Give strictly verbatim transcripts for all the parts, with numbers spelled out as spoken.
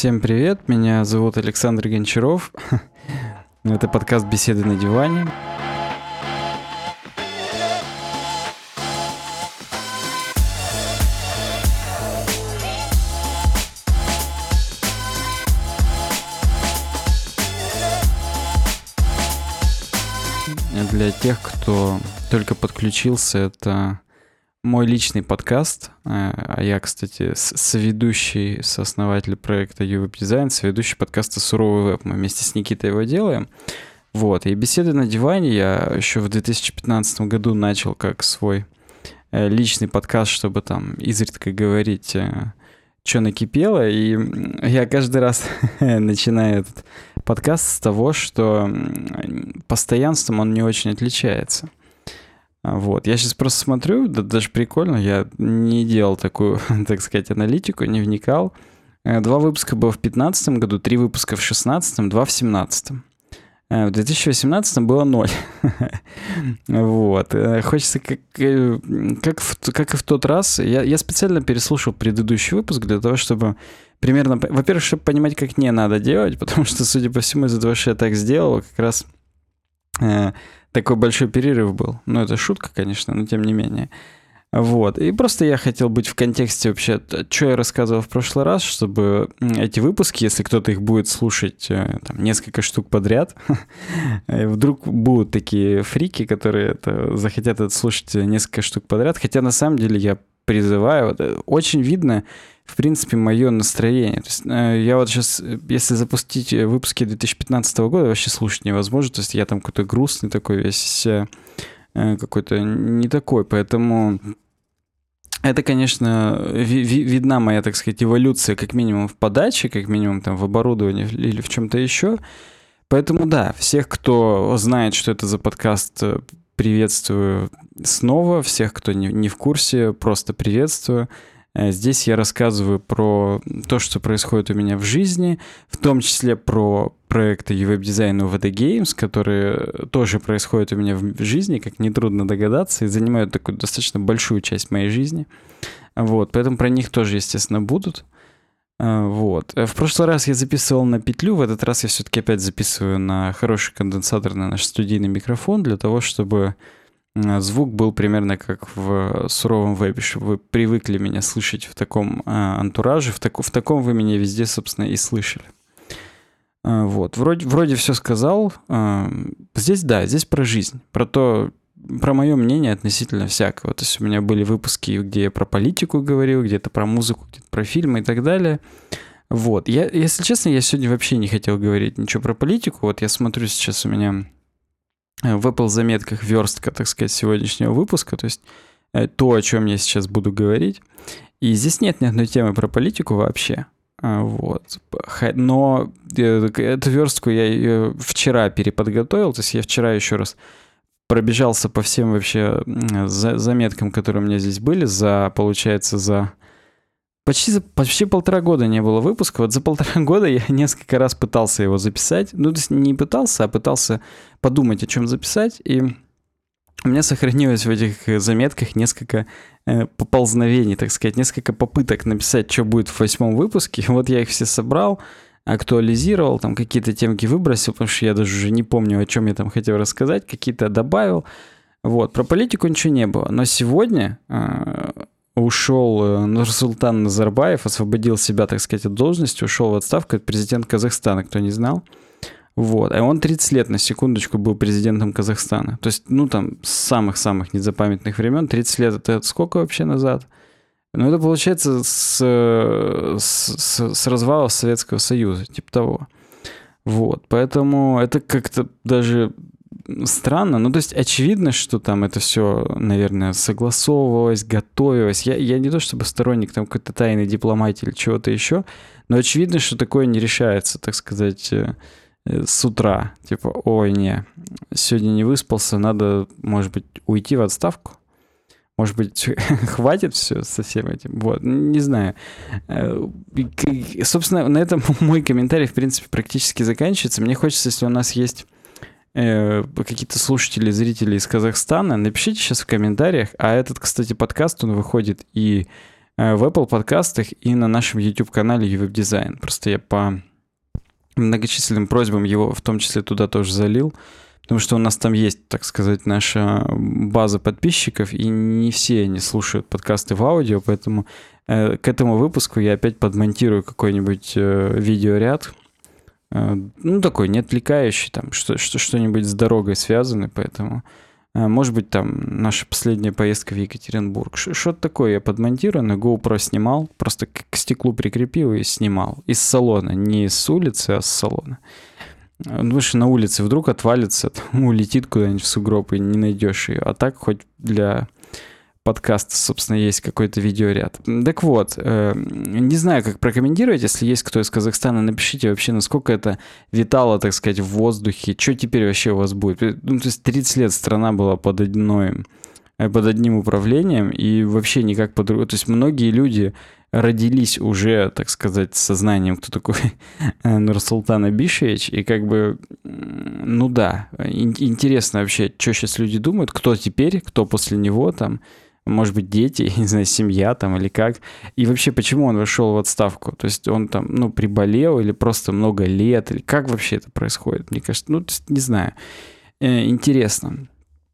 Всем привет, меня зовут Александр Гончаров. Это подкаст «Беседы на диване». Для тех, кто только подключился, это мой личный подкаст, а я, кстати, соведущий, сооснователь проекта YouWebDesign, соведущий подкаста «Суровый веб». Мы вместе с Никитой его делаем. Вот. И «Беседы на диване» я еще в две тысячи пятнадцатом году начал как свой личный подкаст, чтобы там изредка говорить, что накипело. И я каждый раз начинаю этот подкаст с того, что постоянством он не очень отличается. Вот. Я сейчас просто смотрю, да, даже прикольно, я не делал такую, так сказать, аналитику, не вникал. Два выпуска было в пятнадцатом году, три выпуска в шестнадцатом, два в семнадцатом. В две тысячи восемнадцатом было ноль. Вот. Хочется, как, как, в, как и в тот раз, я, я специально переслушал предыдущий выпуск для того, чтобы примерно, во-первых, чтобы понимать, как не надо делать, потому что, судя по всему, из-за того, что я так сделал, как раз... Такой большой перерыв был. Ну, это шутка, конечно, но тем не менее. Вот. И просто я хотел быть в контексте вообще, что я рассказывал в прошлый раз, чтобы эти выпуски, если кто-то их будет слушать там, несколько штук подряд, вдруг будут такие фрики, которые это, захотят это слушать несколько штук подряд. Хотя на самом деле я призываю, очень видно, в принципе, мое настроение. То есть я вот сейчас, если запустить выпуски две тысячи пятнадцатого года, вообще слушать невозможно. То есть я там какой-то грустный такой весь, какой-то не такой. Поэтому это, конечно, ви- ви- видна моя, так сказать, эволюция как минимум в подаче, как минимум там в оборудовании или в чем-то еще. Поэтому да, всех, кто знает, что это за подкаст, приветствую снова. Всех, кто не, не в курсе, просто приветствую. Здесь я рассказываю про то, что происходит у меня в жизни, в том числе про проекты YouWebDesign и ви ди Games, которые тоже происходят у меня в жизни, как нетрудно догадаться, и занимают такую достаточно большую часть моей жизни. Вот, поэтому про них тоже, естественно, будут. Вот. В прошлый раз я записывал на петлю, в этот раз я все-таки опять записываю на хороший конденсатор, на наш студийный микрофон, для того, чтобы звук был примерно как в суровом вебе, чтобы вы привыкли меня слышать в таком а, антураже, в, таку, в таком вы меня везде, собственно, и слышали. А, вот, вроде, вроде все сказал. А, здесь, да, здесь про жизнь, про то, про мое мнение относительно всякого. То есть у меня были выпуски, где я про политику говорил, где-то про музыку, где-то про фильмы и так далее. Вот, я, если честно, я сегодня вообще не хотел говорить ничего про политику. Вот я смотрю сейчас у меня... в Apple заметках верстка, так сказать, сегодняшнего выпуска, то есть то, о чем я сейчас буду говорить. И здесь нет ни одной темы про политику вообще. Вот. Но эту верстку я ее вчера переподготовил, то есть я вчера еще раз пробежался по всем вообще заметкам, которые у меня здесь были, за, получается, за... Почти, за, почти полтора года не было выпуска. Вот за полтора года я несколько раз пытался его записать. Ну, то есть не пытался, а пытался подумать, о чем записать. И у меня сохранилось в этих заметках несколько э, поползновений, так сказать, несколько попыток написать, что будет в восьмом выпуске. Вот я их все собрал, актуализировал, там какие-то темки выбросил, потому что я даже уже не помню, о чем я там хотел рассказать, какие-то добавил. Вот, про политику ничего не было. Но сегодня... Э, ушел Нурсултан Назарбаев, освободил себя, так сказать, от должности, ушел в отставку, это президент Казахстана, кто не знал. Вот. А он тридцать лет, на секундочку, был президентом Казахстана. То есть, ну, там, с самых-самых незапамятных времен. тридцать лет — это сколько вообще назад? Ну, это получается с, с, с развала Советского Союза, типа того. Вот. Поэтому это как-то даже... странно, ну то есть очевидно, что там это все, наверное, согласовывалось, готовилось. Я, я не то чтобы сторонник там какой-то тайной дипломатии или чего-то еще, но очевидно, что такое не решается, так сказать, с утра. Типа, ой, не, сегодня не выспался, надо, может быть, уйти в отставку. Может быть, хватит все со всем этим? Вот, не знаю. Собственно, на этом мой комментарий, в принципе, практически заканчивается. Мне хочется, если у нас есть какие-то слушатели, зрители из Казахстана, напишите сейчас в комментариях. А этот, кстати, подкаст, он выходит и э, в Apple подкастах и на нашем YouTube-канале YouWebDesign. Просто я по многочисленным просьбам его в том числе туда тоже залил, потому что у нас там есть, так сказать, наша база подписчиков, и не все они слушают подкасты в аудио, поэтому э, к этому выпуску я опять подмонтирую какой-нибудь э, видеоряд, э, ну, такой, не отвлекающий, там, что, что, что-нибудь с дорогой связанный, поэтому, э, может быть, там, наша последняя поездка в Екатеринбург, что-то такое я подмонтирую, на GoPro снимал, просто к, к стеклу прикрепил и снимал, из салона, не с улицы, а с салона. Выше на улице вдруг отвалится, там, улетит куда-нибудь в сугроб и не найдешь ее. А так хоть для подкаста, собственно, есть какой-то видеоряд. Так вот, э, не знаю, как прокомментировать, если есть кто из Казахстана, напишите вообще, насколько это витало, так сказать, в воздухе, что теперь вообще у вас будет. Ну, то есть тридцать лет страна была под одной, под одним управлением и вообще никак по-другому. То есть многие люди родились уже, так сказать, с сознанием, кто такой Нурсултан Абишевич, и как бы, ну да, интересно вообще, что сейчас люди думают, кто теперь, кто после него там, может быть, дети, не знаю, семья там или как, и вообще, почему он вошел в отставку, то есть он там, ну, приболел или просто много лет, или как вообще это происходит, мне кажется, ну, то есть, не знаю, интересно.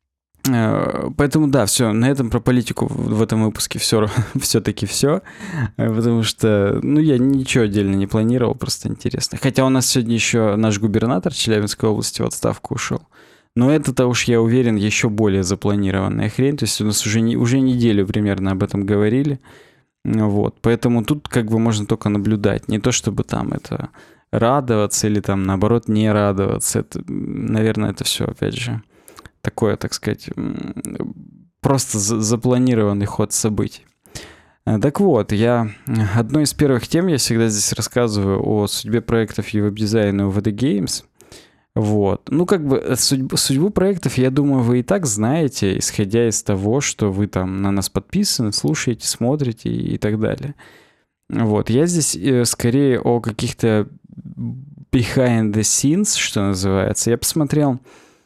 Поэтому да, все, на этом про политику в этом выпуске все, все-таки все, потому что, ну, я ничего отдельно не планировал, просто интересно. Хотя у нас сегодня еще наш губернатор Челябинской области в отставку ушел. Но это-то уж, я уверен, еще более запланированная хрень, то есть у нас уже, не, уже неделю примерно об этом говорили, вот, поэтому тут как бы можно только наблюдать, не то чтобы там это радоваться или там наоборот не радоваться, это, наверное, это все, опять же, такое, так сказать, просто запланированный ход событий. Так вот, я одной из первых тем, я всегда здесь рассказываю о судьбе проектов YouWebDesign и о ви ди Games. Вот. Ну, как бы судьбу, судьбу проектов, я думаю, вы и так знаете, исходя из того, что вы там на нас подписаны, слушаете, смотрите и, и так далее. Вот. Я здесь э, скорее о каких-то behind the scenes, что называется. Я посмотрел...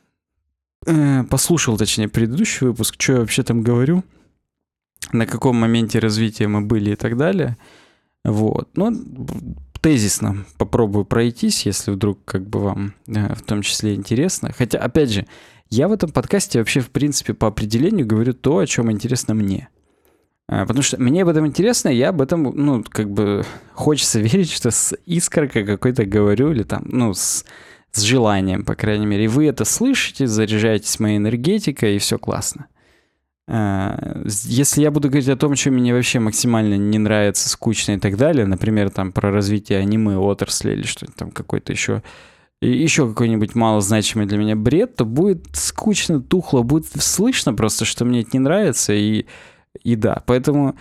Послушал, точнее, предыдущий выпуск, что я вообще там говорю, на каком моменте развития мы были и так далее. Вот. Ну, тезисно попробую пройтись, если вдруг как бы вам в том числе интересно. Хотя, опять же, я в этом подкасте вообще, в принципе, по определению говорю то, о чем интересно мне. Потому что мне об этом интересно, я об этом, ну, как бы хочется верить, что с искоркой какой-то говорю, или там, ну, с... с желанием, по крайней мере. И вы это слышите, заряжаетесь моей энергетикой, и все классно. Если я буду говорить о том, что мне вообще максимально не нравится, скучно и так далее, например, там про развитие аниме, отрасли или что-нибудь там, какой-то еще, еще какой-нибудь малозначимый для меня бред, то будет скучно, тухло, будет слышно просто, что мне это не нравится, и, и да. Поэтому...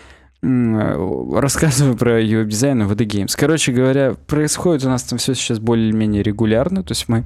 рассказываю про YouWebDesign и ви ди Games. Короче говоря, происходит у нас там все сейчас более-менее регулярно, то есть мы,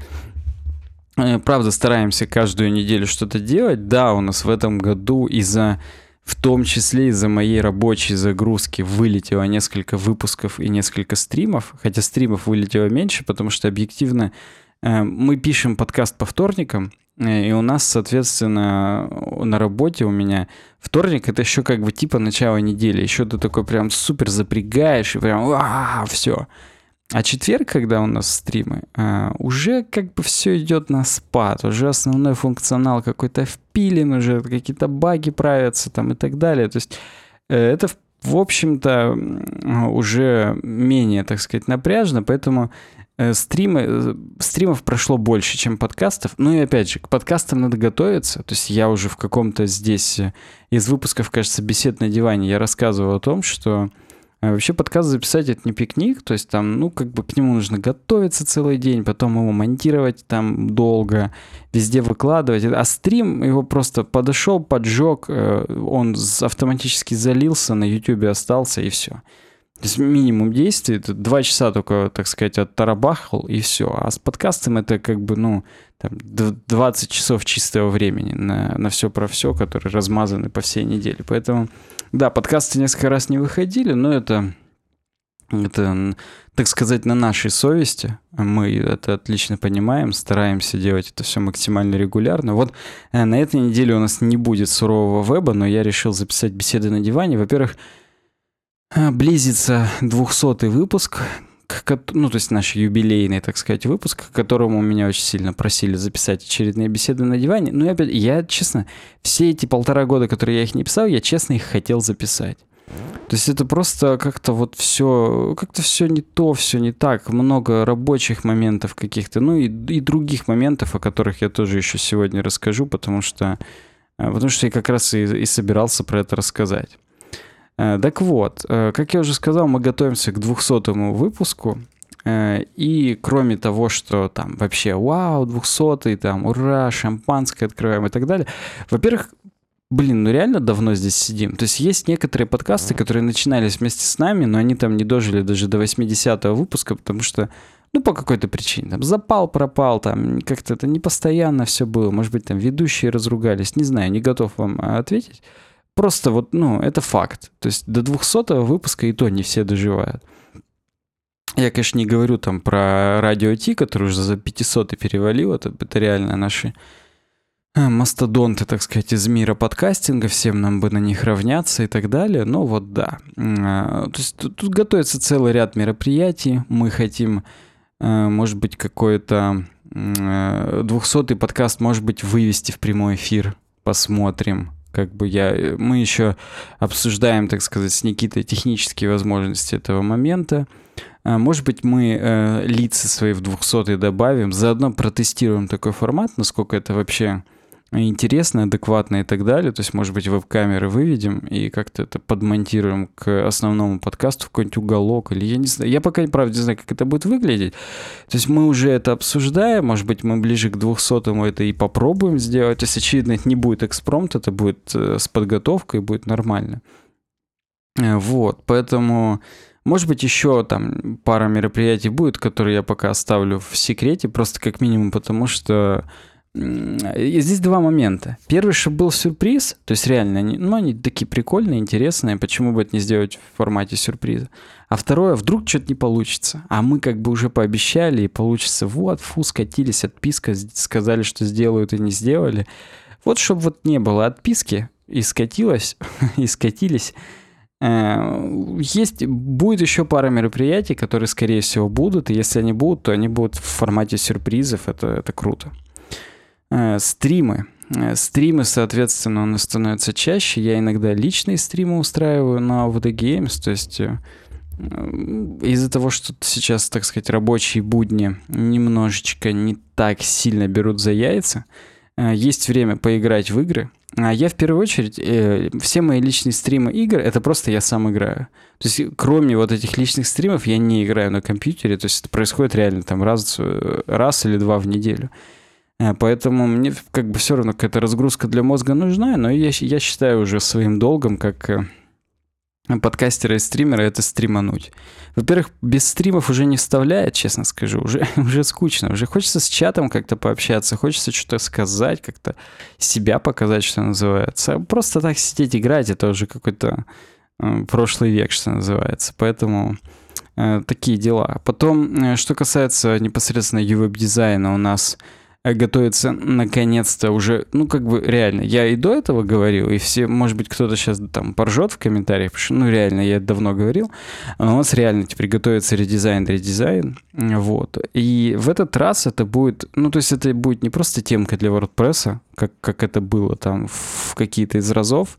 правда, стараемся каждую неделю что-то делать. Да, у нас в этом году из-за, в том числе из-за моей рабочей загрузки вылетело несколько выпусков и несколько стримов, хотя стримов вылетело меньше, потому что объективно мы пишем подкаст по вторникам, и у нас, соответственно, на работе у меня вторник — это еще как бы типа начало недели. Еще ты такой прям супер запрягаешь и прям а все. А четверг, когда у нас стримы, уже как бы все идет на спад. Уже основной функционал какой-то впилен, уже какие-то баги правятся там и так далее. То есть это, в общем-то, уже менее, так сказать, напряжно, поэтому... Стримы, стримов прошло больше, чем подкастов. Ну и опять же, к подкастам надо готовиться. То есть я уже в каком-то здесь из выпусков, кажется, «Бесед на диване» я рассказывал о том, что вообще подкаст записать — это не пикник. То есть там, ну, как бы к нему нужно готовиться целый день, потом его монтировать там долго, везде выкладывать. А стрим, его просто подошел, поджег, он автоматически залился, на YouTube остался, и все. То есть минимум действий, это два часа только, так сказать, оттарабахал, и все. А с подкастом это как бы, ну, там, двадцать часов чистого времени на, на все про все, которые размазаны по всей неделе. Поэтому, да, подкасты несколько раз не выходили, но это, это, так сказать, на нашей совести. Мы это отлично понимаем, стараемся делать это все максимально регулярно. Вот на этой неделе у нас не будет сурового веба, но я решил записать «Беседы на диване». Во-первых, Близится двухсотый выпуск, к, ну, то есть наш юбилейный, так сказать, выпуск, к которому меня очень сильно просили записать очередные беседы на диване. Ну, и опять, я, честно, все эти полтора года, которые я их не писал, я, честно, их хотел записать. То есть это просто как-то вот все, как-то все не то, все не так, много рабочих моментов каких-то, ну и, и других моментов, о которых я тоже еще сегодня расскажу, потому что, потому что я как раз и, и собирался про это рассказать. Так вот, как я уже сказал, мы готовимся к двухсотому выпуску, и кроме того, что там вообще вау, двухсотый, там ура, шампанское открываем и так далее, во-первых, блин, ну реально давно здесь сидим. То есть есть некоторые подкасты, которые начинались вместе с нами, но они там не дожили даже до восьмидесятого выпуска, потому что, ну, по какой-то причине, там, запал пропал, там, как-то это непостоянно все было, может быть, там, ведущие разругались, не знаю, не готов вам ответить. Просто вот, ну, это факт. То есть до двухсотого выпуска и то не все доживают. Я, конечно, не говорю там про Радио Ти, который уже за пятисотый перевалил, это, это реально наши мастодонты, так сказать, из мира подкастинга, всем нам бы на них равняться и так далее. Но вот да. То есть тут, тут готовится целый ряд мероприятий. Мы хотим, может быть, какой-то двухсотый подкаст, может быть, вывести в прямой эфир. Посмотрим. Как бы я, мы еще обсуждаем, так сказать, с Никитой технические возможности этого момента. Может быть, мы э, лица свои в двухсотый добавим, заодно протестируем такой формат, насколько это вообще интересно, адекватно и так далее. То есть, может быть, веб-камеры выведем и как-то это подмонтируем к основному подкасту в какой-нибудь уголок. Или я не знаю. Я пока, правда, не знаю, как это будет выглядеть. То есть мы уже это обсуждаем. Может быть, мы ближе к двухсотому это и попробуем сделать. То есть, очевидно, это не будет экспромт, это будет с подготовкой, будет нормально. Вот, поэтому... Может быть, еще там пара мероприятий будет, которые я пока оставлю в секрете, просто как минимум потому, что здесь два момента. Первый, чтобы был сюрприз, то есть реально, они, ну, они такие прикольные, интересные, почему бы это не сделать в формате сюрприза. А второе, вдруг что-то не получится, а мы как бы уже пообещали, и получится, вот, фу, скатились, отписка, сказали, что сделают и не сделали. Вот, чтобы вот не было отписки, и скатилось, и скатились. Есть, будет еще пара мероприятий, которые, скорее всего, будут, и если они будут, то они будут в формате сюрпризов, это, это круто. Стримы. Стримы, соответственно, у нас становятся чаще. Я иногда личные стримы устраиваю на ви ди Games, то есть из-за того, что сейчас, так сказать, рабочие будни немножечко не так сильно берут за яйца, есть время поиграть в игры. А я в первую очередь, э, все мои личные стримы игр, это просто я сам играю. То есть кроме вот этих личных стримов я не играю на компьютере, то есть это происходит реально там раз, раз или два в неделю. Поэтому мне как бы все равно какая-то разгрузка для мозга нужна, но я, я считаю уже своим долгом, как подкастера и стримера, это стримануть. Во-первых, без стримов уже не вставляет, честно скажу, уже, уже скучно, уже хочется с чатом как-то пообщаться, хочется что-то сказать, как-то себя показать, что называется. Просто так сидеть играть, это уже какой-то э, прошлый век, что называется. Поэтому э, такие дела. Потом, э, что касается непосредственно ю веб-дизайна, у нас готовится наконец-то уже, ну, как бы реально, я и до этого говорил, и все, может быть, кто-то сейчас там поржет в комментариях, потому что, ну, реально, я это давно говорил, у нас реально теперь готовится редизайн, редизайн, вот, и в этот раз это будет, ну, то есть это будет не просто темка для WordPress, как, как это было там в какие-то из разов,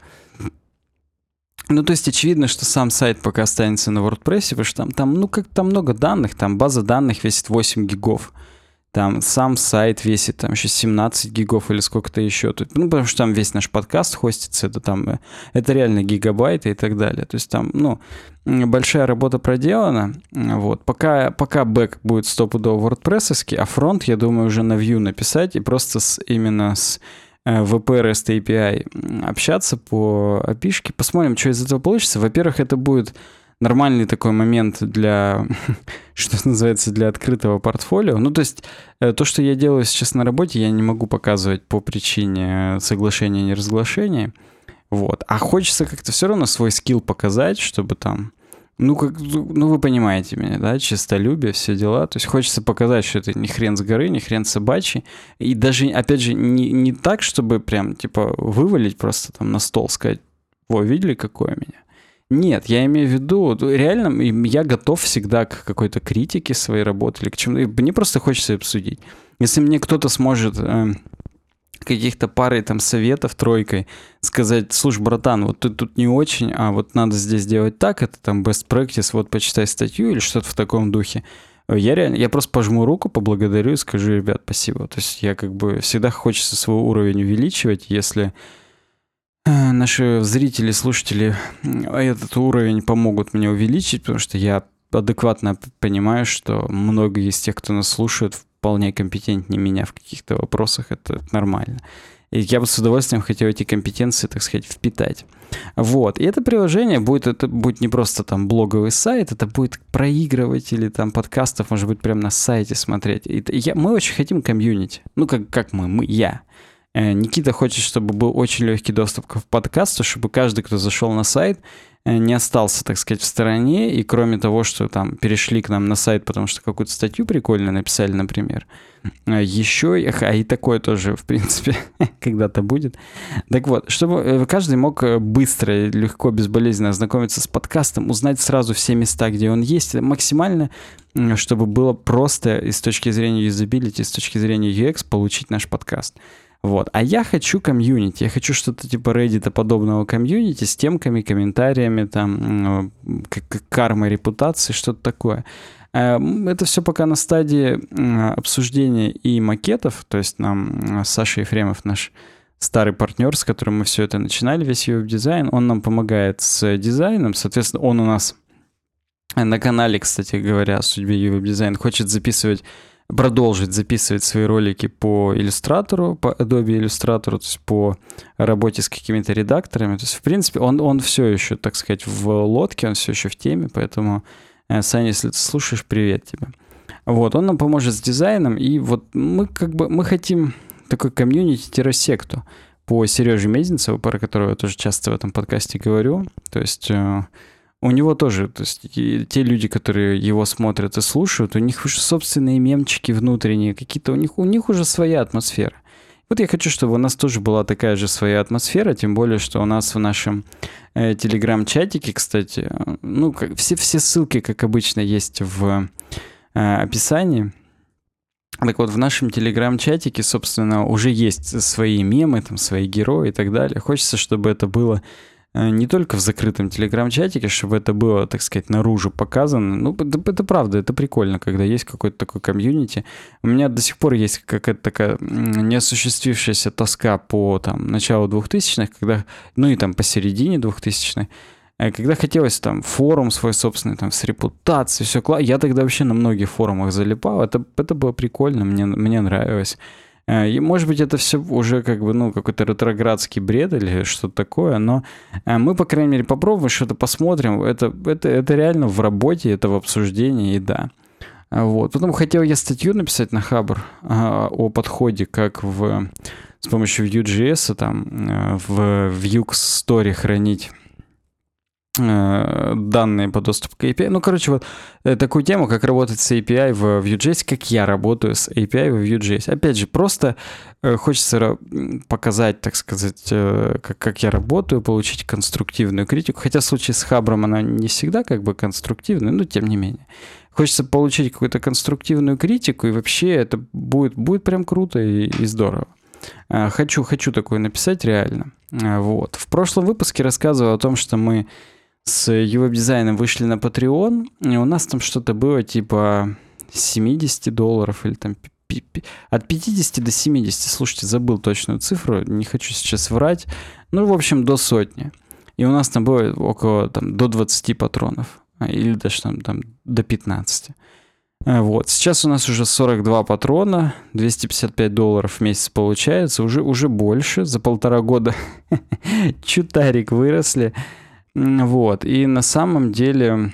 ну, то есть очевидно, что сам сайт пока останется на WordPress, потому что там, там ну, как там много данных, там база данных весит восемь гигов. Там сам сайт весит там еще семнадцать гигов или сколько-то еще. Ну, потому что там весь наш подкаст хостится, это там, это реально гигабайты и так далее. То есть там, ну, большая работа проделана. Вот. Пока, пока бэк будет стопудово WordPress-овский, а фронт, я думаю, уже на Vue написать и просто с, именно с ви пи REST эй пи ай общаться по эй пи ай-шке. Посмотрим, что из этого получится. Во-первых, это будет нормальный такой момент для, что называется, для открытого портфолио. Ну, то есть то, что я делаю сейчас на работе, я не могу показывать по причине соглашения и неразглашения. Вот. А хочется как-то все равно свой скилл показать, чтобы там, ну, как, ну, вы понимаете меня, да, честолюбие, все дела. То есть хочется показать, что это не хрен с горы, не хрен собачий. И даже, опять же, не, не так, чтобы прям, типа, вывалить просто там на стол, сказать, во, видели, какой у меня? Нет, я имею в виду, реально, я готов всегда к какой-то критике своей работы или к чему-то. Мне просто хочется обсудить. Если мне кто-то сможет э, каких-то парой там советов, тройкой, сказать, слушай, братан, вот ты тут не очень, а вот надо здесь делать так, это там best practice, вот почитай статью или что-то в таком духе. Я реально, я просто пожму руку, поблагодарю и скажу, ребят, спасибо. То есть я как бы всегда хочется свой уровень увеличивать, если наши зрители, слушатели этот уровень помогут мне увеличить, потому что я адекватно понимаю, что многие из тех, кто нас слушает, вполне компетентнее меня в каких-то вопросах, это нормально. И я бы с удовольствием хотел эти компетенции, так сказать, впитать. Вот. И это приложение будет, это будет не просто там блоговый сайт, это будет проигрыватель там подкастов, может быть, прямо на сайте смотреть. И я, мы очень хотим комьюнити. Ну, как, как мы, мы, я. Никита хочет, чтобы был очень легкий доступ к подкасту, чтобы каждый, кто зашел на сайт, не остался, так сказать, в стороне. И кроме того, что там перешли к нам на сайт, потому что какую-то статью прикольно написали, например, еще, а и такое тоже, в принципе, когда-то будет. Так вот, чтобы каждый мог быстро, легко, безболезненно ознакомиться с подкастом, узнать сразу все места, где он есть, максимально, чтобы было просто и с точки зрения юзабилити, и с точки зрения ю экс получить наш подкаст. Вот. А я хочу комьюнити, я хочу что-то типа Reddit подобного комьюнити с темками, комментариями, там, кармой репутации, что-то такое. Это все пока на стадии обсуждения и макетов, то есть нам Саша Ефремов, наш старый партнер, с которым мы все это начинали, весь веб-дизайн, он нам помогает с дизайном, соответственно, он у нас на канале, кстати говоря, о судьбе веб-дизайн хочет записывать продолжить записывать свои ролики по иллюстратору, по Adobe Illustrator, то есть по работе с какими-то редакторами. То есть, в принципе, он, он все еще, так сказать, в лодке, он все еще в теме, поэтому, Саня, если ты слушаешь, привет тебе. Вот, он нам поможет с дизайном, и вот мы как бы, мы хотим такой комьюнити-секту по Сереже Мезенцеву, про которого я тоже часто в этом подкасте говорю. То есть у него тоже, то есть те люди, которые его смотрят и слушают, у них уже собственные мемчики внутренние, какие-то у них, у них уже своя атмосфера. Вот я хочу, чтобы у нас тоже была такая же своя атмосфера, тем более, что у нас в нашем э, телеграм-чатике, кстати, ну, как, все, все ссылки, как обычно, есть в э, описании. Так вот, в нашем телеграм-чатике, собственно, уже есть свои мемы, там, свои герои и так далее. Хочется, чтобы это было не только в закрытом телеграм-чатике, чтобы это было, так сказать, наружу показано. Ну, это, это правда, это прикольно, когда есть какой-то такой комьюнити. У меня до сих пор есть какая-то такая неосуществившаяся тоска по там, началу двухтысячных, когда, ну и там посередине двухтысячных, когда хотелось там форум свой собственный, там с репутацией, все классно. Я тогда вообще на многих форумах залипал, это, это было прикольно, мне, мне нравилось. И, может быть, это все уже как бы, ну, какой-то ретроградский бред или что-то такое, но мы, по крайней мере, попробуем что-то, посмотрим. Это, это, это реально в работе, это в обсуждении, и да. Вот. Потом хотел я статью написать на Хабр о подходе, как в, с помощью Vue.js там, в Vue Story хранить данные по доступу к эй пи ай. Ну, короче, вот такую тему, как работать с эй пи ай в Vue.js, как я работаю с эй пи ай в Vue.js. Опять же, просто хочется показать, так сказать, как, как я работаю, получить конструктивную критику. Хотя в случае с Хабром она не всегда как бы конструктивная, но тем не менее. Хочется получить какую-то конструктивную критику, и вообще это будет, будет прям круто и, и здорово. Хочу, хочу такое написать реально. Вот. В прошлом выпуске рассказывал о том, что мы с веб-дизайном вышли на Patreon, и у нас там что-то было типа семьдесят долларов или там от пятидесяти до семидесяти. Слушайте, забыл точную цифру, не хочу сейчас врать. Ну, в общем, до сотни. И у нас там было около там, до двадцати патронов. Или даже там, там до пятнадцати. Вот. Сейчас у нас уже сорок два патрона, двести пятьдесят пять долларов в месяц получается, уже, уже больше, за полтора года чутарик выросли. Вот. И на самом деле,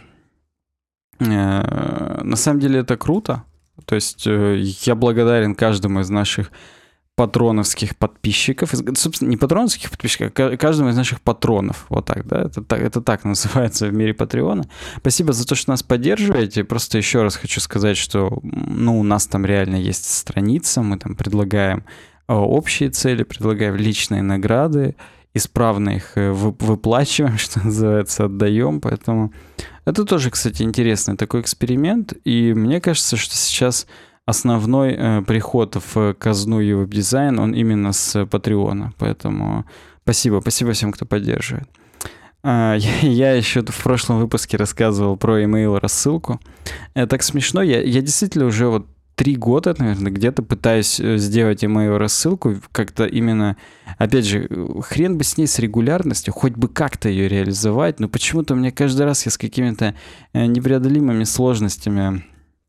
э, на самом деле это круто. То есть э, я благодарен каждому из наших патроновских подписчиков, собственно, не патроновских подписчиков, а каждому из наших патронов, вот так, да, это так, это так называется в мире Патреона. Спасибо за то, что нас поддерживаете, просто еще раз хочу сказать, что, ну, у нас там реально есть страница, мы там предлагаем общие цели, предлагаем личные награды, исправно их выплачиваем, что называется, отдаем. Поэтому это тоже, кстати, интересный такой эксперимент. И мне кажется, что сейчас основной э, приход в казну и веб-дизайн, он именно с Патреона. Поэтому спасибо, спасибо всем, кто поддерживает. А, я, я еще в прошлом выпуске рассказывал про email-рассылку. Это так смешно. Я, я действительно уже вот три года, наверное, где-то пытаюсь сделать email-рассылку как-то именно... Опять же, хрен бы с ней с регулярностью, хоть бы как-то ее реализовать, но почему-то мне каждый раз я с какими-то непреодолимыми сложностями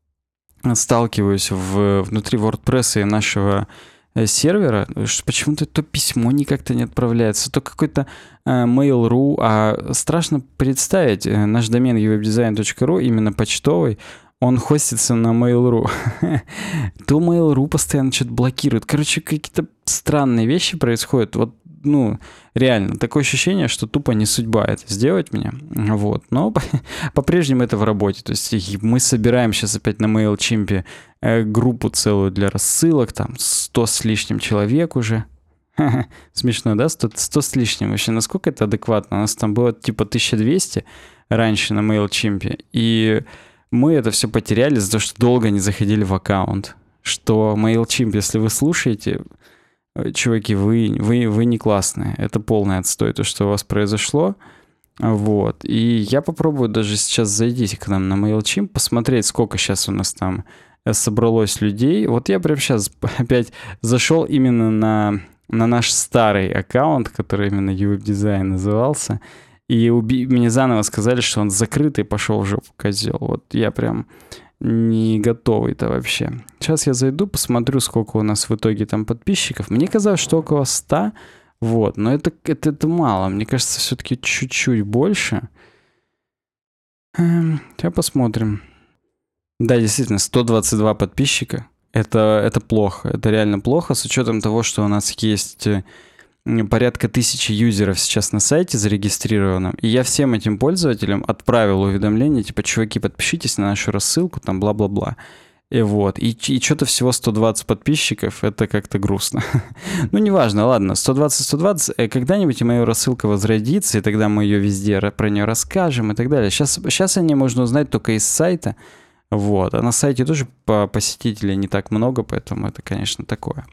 сталкиваюсь в, внутри WordPress и нашего сервера, что почему-то то письмо никак-то не отправляется, то какой-то э, Mail.ru, а страшно представить, э, наш домен ю веб дизайн точка ру, именно почтовый, он хостится на Mail.ru. То Mail.ru постоянно что-то блокирует. Короче, какие-то странные вещи происходят. Вот, ну, реально, такое ощущение, что тупо не судьба это сделать мне. Вот. Но по-прежнему это в работе. То есть мы собираем сейчас опять на MailChimp группу целую для рассылок. Там сто с лишним человек уже. Смешно, да? сто, сто с лишним. Вообще, насколько это адекватно? У нас там было типа тысяча двести раньше на MailChimp. И мы это все потеряли за то, что долго не заходили в аккаунт. Что MailChimp, если вы слушаете, чуваки, вы, вы, вы не классные. Это полный отстой, то, что у вас произошло. Вот. И я попробую даже сейчас зайти к нам на MailChimp, посмотреть, сколько сейчас у нас там собралось людей. Вот я прямо сейчас опять зашел именно на, на наш старый аккаунт, который именно ю веб дизайн назывался. И уби... мне заново сказали, что он закрытый, пошел в жопу, козел. Вот я прям не готовый-то вообще. Сейчас я зайду, посмотрю, сколько у нас в итоге там подписчиков. Мне казалось, что около ста. Вот, но это, это, это мало. Мне кажется, все-таки чуть-чуть больше. Эм, сейчас посмотрим. Да, действительно, сто двадцать два подписчика. Это, это плохо. Это реально плохо, с учетом того, что у нас есть порядка тысячи юзеров сейчас на сайте зарегистрированном. И я всем этим пользователям отправил уведомление, типа, чуваки, подпишитесь на нашу рассылку, там, бла-бла-бла. И вот. И, и что-то всего сто двадцать подписчиков, это как-то грустно. Ну, неважно, ладно, сто двадцать сто двадцать, когда-нибудь и моя рассылка возродится, и тогда мы ее везде про нее расскажем и так далее. Сейчас, сейчас о ней можно узнать только из сайта. Вот. А на сайте тоже посетителей не так много, поэтому это, конечно, такое.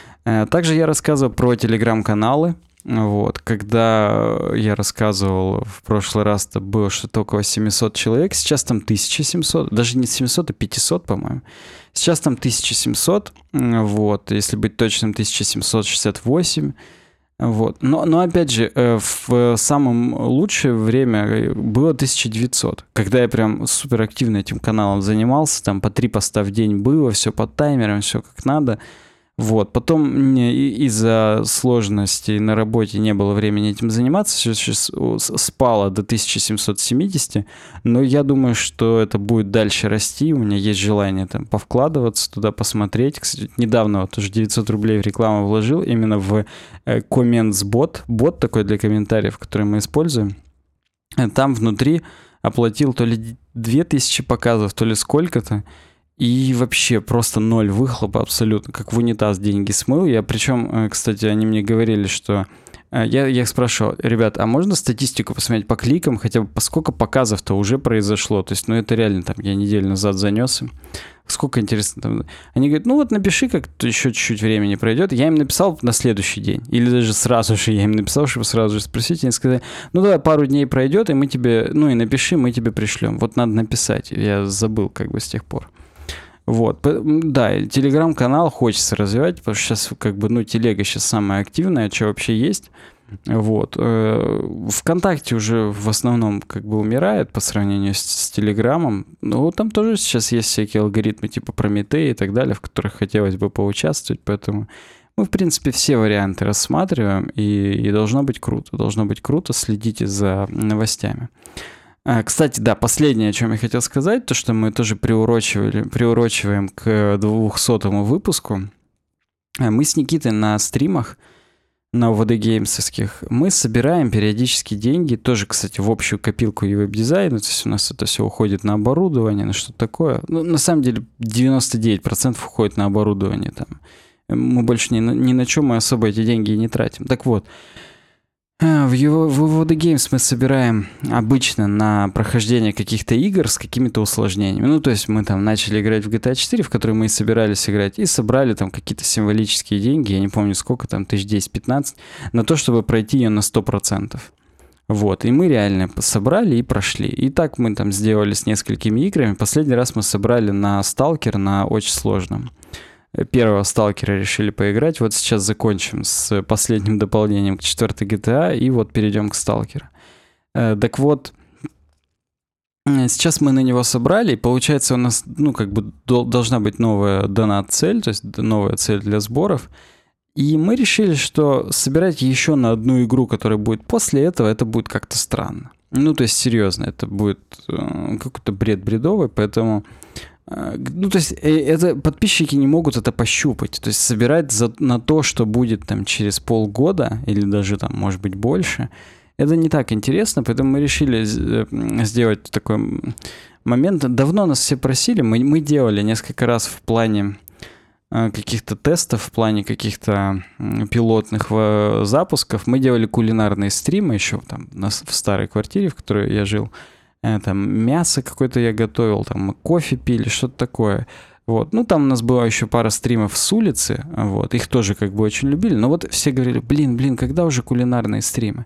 Также я рассказывал про телеграм-каналы. Вот. Когда я рассказывал в прошлый раз, то было что-то около семьсот человек. Сейчас там тысяча семьсот. Даже не семьсот, а пятьсот, по-моему. Сейчас там тысяча семьсот. Вот. Если быть точным, тысяча семьсот шестьдесят восемь. Вот. Но, но опять же, в самое лучшее время было тысяча девятьсот. Когда я прям супер активно этим каналом занимался. Там по три поста в день было. Все по таймерам, все как надо. Вот, потом мне из-за сложностей на работе не было времени этим заниматься, сейчас спало до тысяча семьсот семьдесят, но я думаю, что это будет дальше расти, у меня есть желание там повкладываться туда, посмотреть. Кстати, недавно вот уже девятьсот рублей в рекламу вложил именно в Comments-бот, бот такой для комментариев, который мы используем. Там внутри оплатил то ли две тысячи показов, то ли сколько-то. И вообще просто ноль выхлопа абсолютно, как в унитаз деньги смыл. Я причем, кстати, они мне говорили, что... Я, я их спрашивал, ребят, а можно статистику посмотреть по кликам, хотя бы по сколько показов-то уже произошло? То есть, ну это реально там, я неделю назад занес им. Сколько, интересно, там... Они говорят, ну вот напиши, как еще чуть-чуть времени пройдет. Я им написал на следующий день. Или даже сразу же я им написал, чтобы сразу же спросить. Они сказали, ну давай пару дней пройдет, и мы тебе... Ну и напиши, мы тебе пришлем. Вот надо написать. Я забыл как бы с тех пор. Вот, да, телеграм-канал хочется развивать, потому что сейчас как бы, ну, телега сейчас самая активная, что вообще есть. Вот. ВКонтакте уже в основном как бы умирает по сравнению с, с Телеграмом. Ну, там тоже сейчас есть всякие алгоритмы типа Прометей и так далее, в которых хотелось бы поучаствовать, поэтому мы, в принципе, все варианты рассматриваем, и, и должно быть круто. Должно быть круто, следите за новостями. Кстати, да, последнее, о чем я хотел сказать, то, что мы тоже приурочивали, приурочиваем к двухсотому выпуску. Мы с Никитой на стримах, на о ви ди геймсовских, мы собираем периодически деньги, тоже, кстати, в общую копилку и веб-дизайна, то есть у нас это все уходит на оборудование, на что-то такое. Ну, на самом деле, девяносто девять процентов уходит на оборудование там. Мы больше ни на, ни на чем мы особо эти деньги не тратим. Так вот, В его в ви ви ди Games мы собираем обычно на прохождение каких-то игр с какими-то усложнениями. Ну, то есть мы там начали играть в джи ти эй четыре, в которой мы и собирались играть, и собрали там какие-то символические деньги, я не помню сколько, там, тысяч десять-пятнадцать, на то, чтобы пройти ее на сто процентов. Вот, и мы реально собрали и прошли. И так мы там сделали с несколькими играми. Последний раз мы собрали на Сталкер, на очень сложном. Первого Сталкера решили поиграть. Вот сейчас закончим с последним дополнением к четвертой джи ти эй, и вот перейдем к Сталкеру. Так вот, сейчас мы на него собрали, и получается у нас, ну, как бы должна быть новая донат-цель, то есть новая цель для сборов. И мы решили, что собирать еще на одну игру, которая будет после этого, это будет как-то странно. Ну, то есть, серьезно, это будет э, какой-то бред бредовый, поэтому... Ну, то есть, это, подписчики не могут это пощупать. То есть, собирать за, на то, что будет там через полгода, или даже там, может быть, больше, это не так интересно, поэтому мы решили сделать такой момент. Давно нас все просили, мы, мы делали несколько раз в плане каких-то тестов, в плане каких-то пилотных запусков. Мы делали кулинарные стримы еще там в старой квартире, в которой я жил. Там мясо какое-то я готовил, там мы кофе пили, что-то такое. Вот. Ну, там у нас была еще пара стримов с улицы, вот, их тоже как бы очень любили, но вот все говорили, блин, блин, когда уже кулинарные стримы?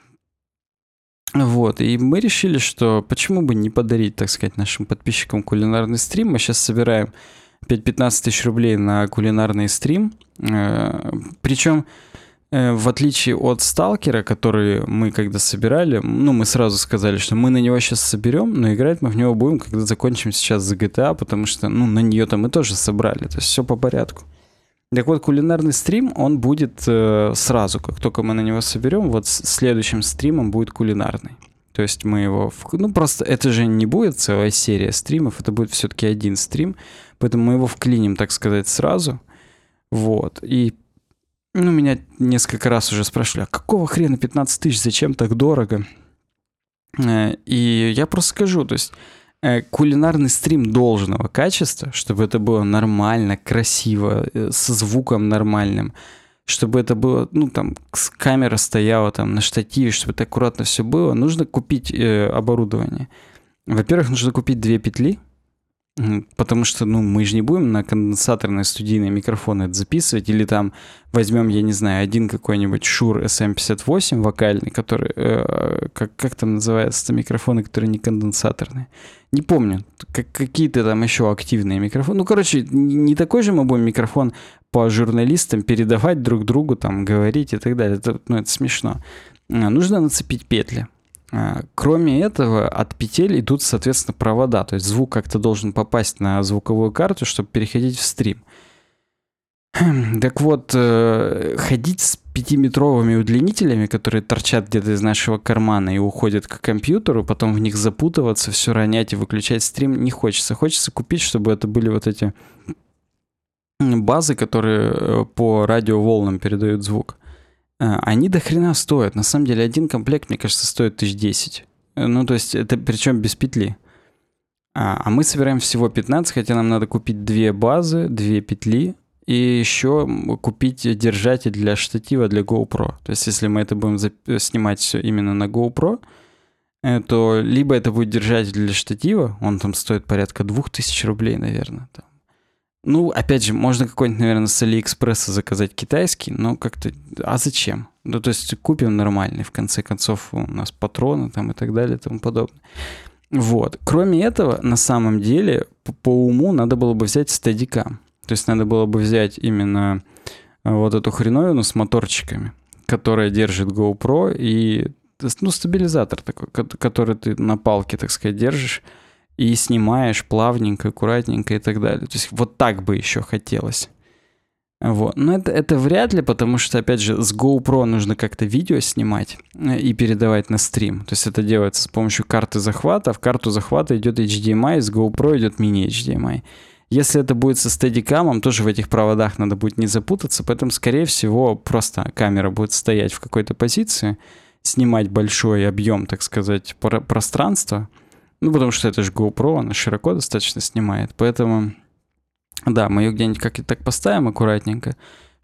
Вот, и мы решили, что почему бы не подарить, так сказать, нашим подписчикам кулинарный стрим. Мы сейчас собираем пять-пятнадцать тысяч рублей на кулинарный стрим, причем... В отличие от Сталкера, который мы когда собирали, ну, мы сразу сказали, что мы на него сейчас соберем, но играть мы в него будем, когда закончим сейчас за джи ти эй, потому что, ну, на нее-то мы тоже собрали, то есть все по порядку. Так вот, кулинарный стрим, он будет э, сразу, как только мы на него соберем, вот следующим стримом будет кулинарный. То есть мы его... В... Ну, просто это же не будет целая серия стримов, это будет все-таки один стрим, поэтому мы его вклиним, так сказать, сразу. Вот, и... Ну, меня несколько раз уже спрашивали, а какого хрена пятнадцать тысяч, зачем так дорого? И я просто скажу, то есть кулинарный стрим должного качества, чтобы это было нормально, красиво, со звуком нормальным, чтобы это было, ну, там, камера стояла там на штативе, чтобы это аккуратно все было, нужно купить оборудование. Во-первых, нужно купить две петли, потому что, ну, мы же не будем на конденсаторные студийные микрофоны это записывать, или там возьмем, я не знаю, один какой-нибудь Shure эс эм пятьдесят восемь вокальный, который, э, как, как там называются микрофоны, которые не конденсаторные. Не помню, как, какие-то там еще активные микрофоны. Ну, короче, не такой же мы будем микрофон по журналистам передавать друг другу, там, говорить и так далее. Это, ну, это смешно. Нужно нацепить петли. Кроме этого, от петель идут, соответственно, провода. То есть звук как-то должен попасть на звуковую карту, чтобы переходить в стрим. Так вот, ходить с пятиметровыми удлинителями, которые торчат где-то из нашего кармана и уходят к компьютеру, потом в них запутываться, все ронять и выключать стрим, не хочется. Хочется купить, чтобы это были вот эти базы, которые по радиоволнам передают звук. Они до хрена стоят. На самом деле, один комплект, мне кажется, стоит тысяч десять. Ну, то есть, это причем без петли. А, а мы собираем всего пятнадцать, хотя нам надо купить две базы, две петли, и еще купить держатель для штатива для GoPro. То есть, если мы это будем зап- снимать все именно на GoPro, то либо это будет держатель для штатива, он там стоит порядка двух тысяч рублей, наверное, там. Ну, опять же, можно какой-нибудь, наверное, с Алиэкспресса заказать китайский, но как-то... А зачем? Ну, то есть купим нормальный, в конце концов, у нас патроны там и так далее и тому подобное. Вот. Кроме этого, на самом деле, по, по уму надо было бы взять стадикам. То есть надо было бы взять именно вот эту хреновину с моторчиками, которая держит GoPro, и, ну, стабилизатор такой, который ты на палке, так сказать, держишь, и снимаешь плавненько, аккуратненько и так далее. То есть вот так бы еще хотелось. Вот. Но это, это вряд ли, потому что, опять же, с GoPro нужно как-то видео снимать и передавать на стрим. То есть это делается с помощью карты захвата. В карту захвата идет эйч ди эм ай, с GoPro идет мини-эйч ди эм ай. Если это будет со стадикамом, тоже в этих проводах надо будет не запутаться, поэтому, скорее всего, просто камера будет стоять в какой-то позиции, снимать большой объем, так сказать, про- пространства. Ну, потому что это же GoPro, она широко достаточно снимает. Поэтому, да, мы ее где-нибудь как-то так поставим аккуратненько,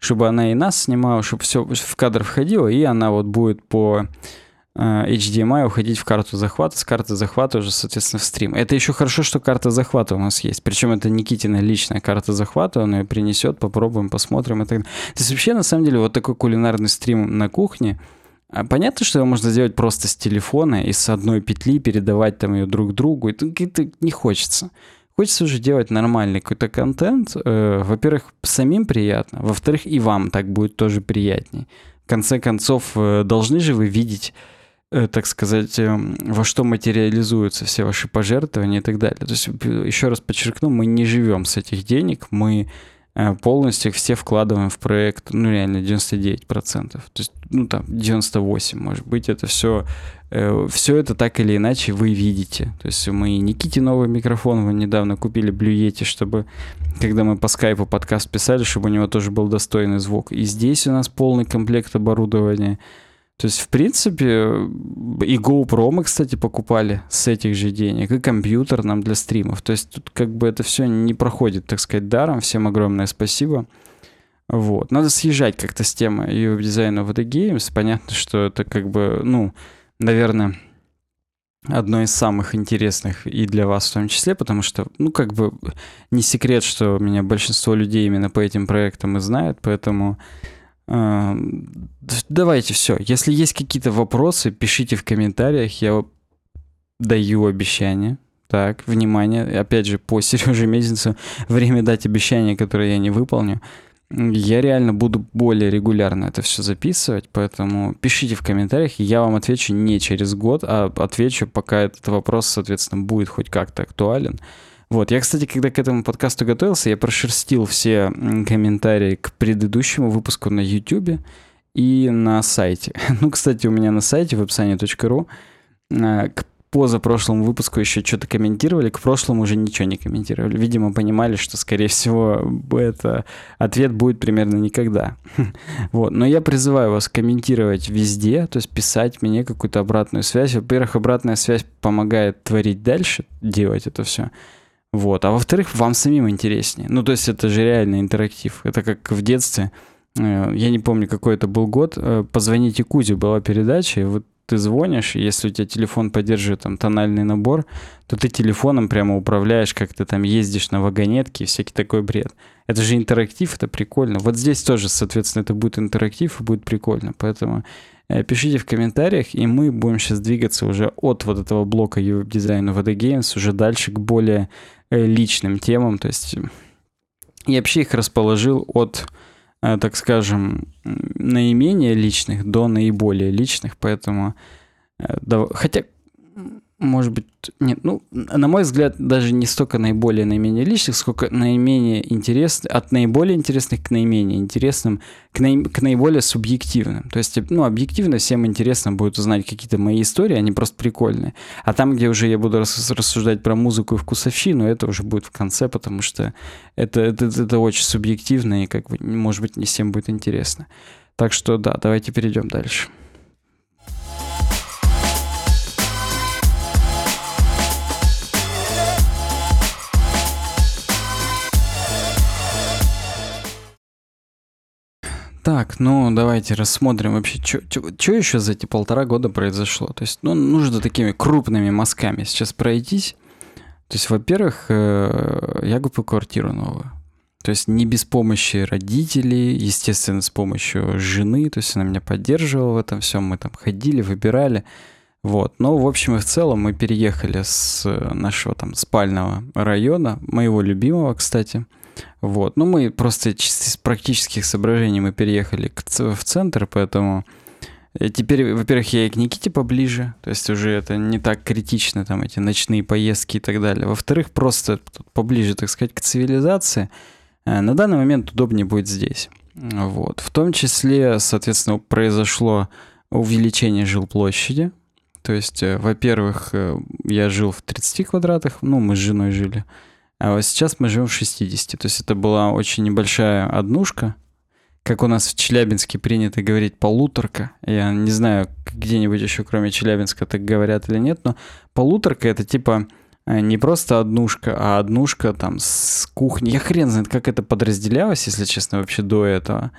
чтобы она и нас снимала, чтобы все в кадр входило, и она вот будет по эйч ди эм ай уходить в карту захвата, с карты захвата уже, соответственно, в стрим. Это еще хорошо, что карта захвата у нас есть. Причем это Никитина личная карта захвата, он ее принесет, попробуем, посмотрим и так далее. То есть вообще, на самом деле, вот такой кулинарный стрим на кухне, понятно, что его можно сделать просто с телефона и с одной петли передавать там ее друг другу. Это, это не хочется. Хочется уже делать нормальный какой-то контент. Во-первых, самим приятно. Во-вторых, и вам так будет тоже приятней. В конце концов, должны же вы видеть, так сказать, во что материализуются все ваши пожертвования и так далее. То есть, еще раз подчеркну, мы не живем с этих денег, мы полностью их все вкладываем в проект, ну, реально, девяносто девять процентов. То есть, ну, там, девяносто восемь процентов, может быть, это все, все это так или иначе вы видите. То есть, мы Никите новый микрофон, мы недавно купили Blue Yeti, чтобы, когда мы по скайпу подкаст писали, чтобы у него тоже был достойный звук. И здесь у нас полный комплект оборудования. То есть, в принципе, и GoPro мы, кстати, покупали с этих же денег, и компьютер нам для стримов. То есть, тут как бы это все не проходит, так сказать, даром. Всем огромное спасибо. Вот. Надо съезжать как-то с темы ю экс-дизайна в ви ди Games. Понятно, что это как бы, ну, наверное, одно из самых интересных и для вас в том числе, потому что, ну, как бы не секрет, что меня большинство людей именно по этим проектам и знают, поэтому... Давайте все. Если есть какие-то вопросы, пишите в комментариях. Я даю обещание. Так, внимание. Опять же, по Сереже Мезенцу время дать обещание, которое я не выполню. Я реально буду более регулярно это все записывать, поэтому пишите в комментариях, и я вам отвечу не через год, а отвечу, пока этот вопрос, соответственно, будет хоть как-то актуален. Вот, я, кстати, когда к этому подкасту готовился, я прошерстил все комментарии к предыдущему выпуску на YouTube и на сайте. Ну, кстати, у меня на сайте вебсани точка ру к позапрошлому выпуску еще что-то комментировали, к прошлому уже ничего не комментировали. Видимо, понимали, что, скорее всего, это ответ будет примерно никогда. Вот, но я призываю вас комментировать везде, то есть писать мне какую-то обратную связь. Во-первых, обратная связь помогает творить дальше, делать это все. Вот. А во-вторых, вам самим интереснее. Ну, то есть это же реально интерактив. Это как в детстве. Я не помню, какой это был год. «Позвоните Кузе» была передача, и вот ты звонишь, и если у тебя телефон поддерживает там тональный набор, то ты телефоном прямо управляешь, как ты там ездишь на вагонетке и всякий такой бред. Это же интерактив, это прикольно. Вот здесь тоже, соответственно, это будет интерактив и будет прикольно. Поэтому пишите в комментариях, и мы будем сейчас двигаться уже от вот этого блока ю экс-дизайна ви ди Games уже дальше к более личным темам. То есть я вообще их расположил от, так скажем, наименее личных до наиболее личных, поэтому хотя, может быть, нет, ну, на мой взгляд, даже не столько наиболее наименее личных, сколько наименее интересных, от наиболее интересных к наименее интересным, к, наи, к наиболее субъективным. То есть, ну, объективно всем интересно будет узнать какие-то мои истории, они просто прикольные. А там, где уже я буду рассуждать про музыку и вкусовщину, это уже будет в конце, потому что это, это, это очень субъективно и, как бы, может быть, не всем будет интересно. Так что, да, давайте перейдем дальше. Так, ну давайте рассмотрим вообще, что еще за эти полтора года произошло. То есть, ну, нужно такими крупными мазками сейчас пройтись. То есть, во-первых, я купил квартиру новую. То есть, не без помощи родителей, естественно, с помощью жены. То есть, она меня поддерживала в этом всем. Мы там ходили, выбирали. Вот. Но, в общем и в целом, мы переехали с нашего там спального района, моего любимого, кстати. Вот. Ну, мы просто чисто из практических соображений мы переехали к, в центр, поэтому теперь, во-первых, я и к Никите поближе, то есть уже это не так критично, там, эти ночные поездки и так далее. Во-вторых, просто поближе, так сказать, к цивилизации. На данный момент удобнее будет здесь. Вот. В том числе, соответственно, произошло увеличение жилплощади. То есть, во-первых, я жил в тридцати квадратах, ну, мы с женой жили. А вот сейчас мы живем в шестидесяти. То есть это была очень небольшая однушка. Как у нас в Челябинске принято говорить, полуторка. Я не знаю, где-нибудь еще кроме Челябинска так говорят или нет, но полуторка — это типа не просто однушка, а однушка там с кухней. Я хрен знает, как это подразделялось, если честно, вообще до этого.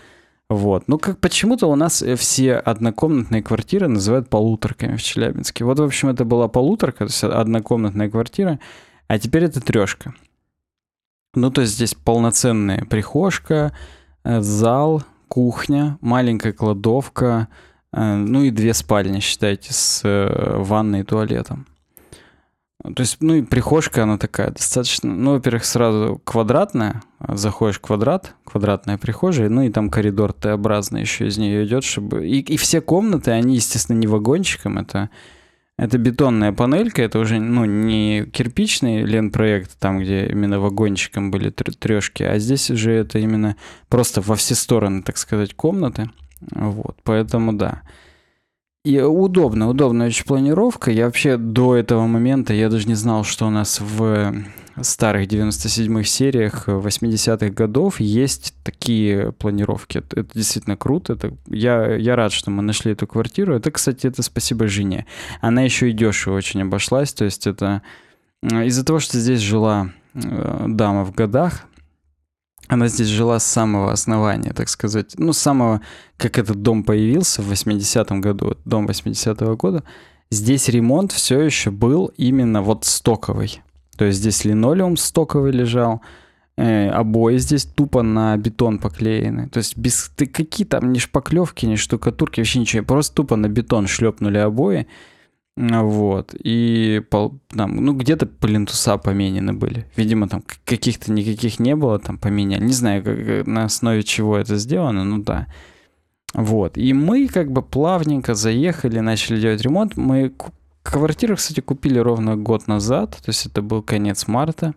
Вот. Ну, как почему-то у нас все однокомнатные квартиры называют полуторками в Челябинске. Вот, в общем, это была полуторка, то есть однокомнатная квартира, а теперь это трешка. Ну, то есть здесь полноценная прихожка, зал, кухня, маленькая кладовка, ну и две спальни, считайте, с ванной и туалетом. То есть, ну и прихожка, она такая достаточно, ну, во-первых, сразу квадратная, заходишь в квадрат, квадратная прихожая, ну и там коридор Т-образный еще из нее идет, чтобы... И, и все комнаты, они, естественно, не вагончиком, это, это бетонная панелька, это уже, ну, не кирпичный ленпроект, там, где именно вагончиком были трешки, а здесь уже это именно просто во все стороны, так сказать, комнаты, вот, поэтому да. И удобно, удобная очень планировка. Я вообще до этого момента, я даже не знал, что у нас в старых девяносто седьмых сериях восьмидесятых годов есть такие планировки. Это, это действительно круто. Это, я, я рад, что мы нашли эту квартиру. Это, кстати, это спасибо жене. Она еще и дешево очень обошлась. То есть это из-за того, что здесь жила дама в годах, она здесь жила с самого основания, так сказать. Ну, с самого, как этот дом появился в восьмидесятом году, дом восьмидесятого года, здесь ремонт все еще был именно вот стоковый. То есть здесь линолеум стоковый лежал, э, обои здесь тупо на бетон поклеены. То есть без ты, какие там ни шпаклевки, ни штукатурки, вообще ничего. Просто тупо на бетон шлепнули обои. Вот, и там, ну, где-то плинтуса поменены были. Видимо, там каких-то никаких не было, там поменяли. Не знаю, как, на основе чего это сделано, ну да. Вот, и мы как бы плавненько заехали, начали делать ремонт. Мы квартиру, кстати, купили ровно год назад, то есть это был конец марта.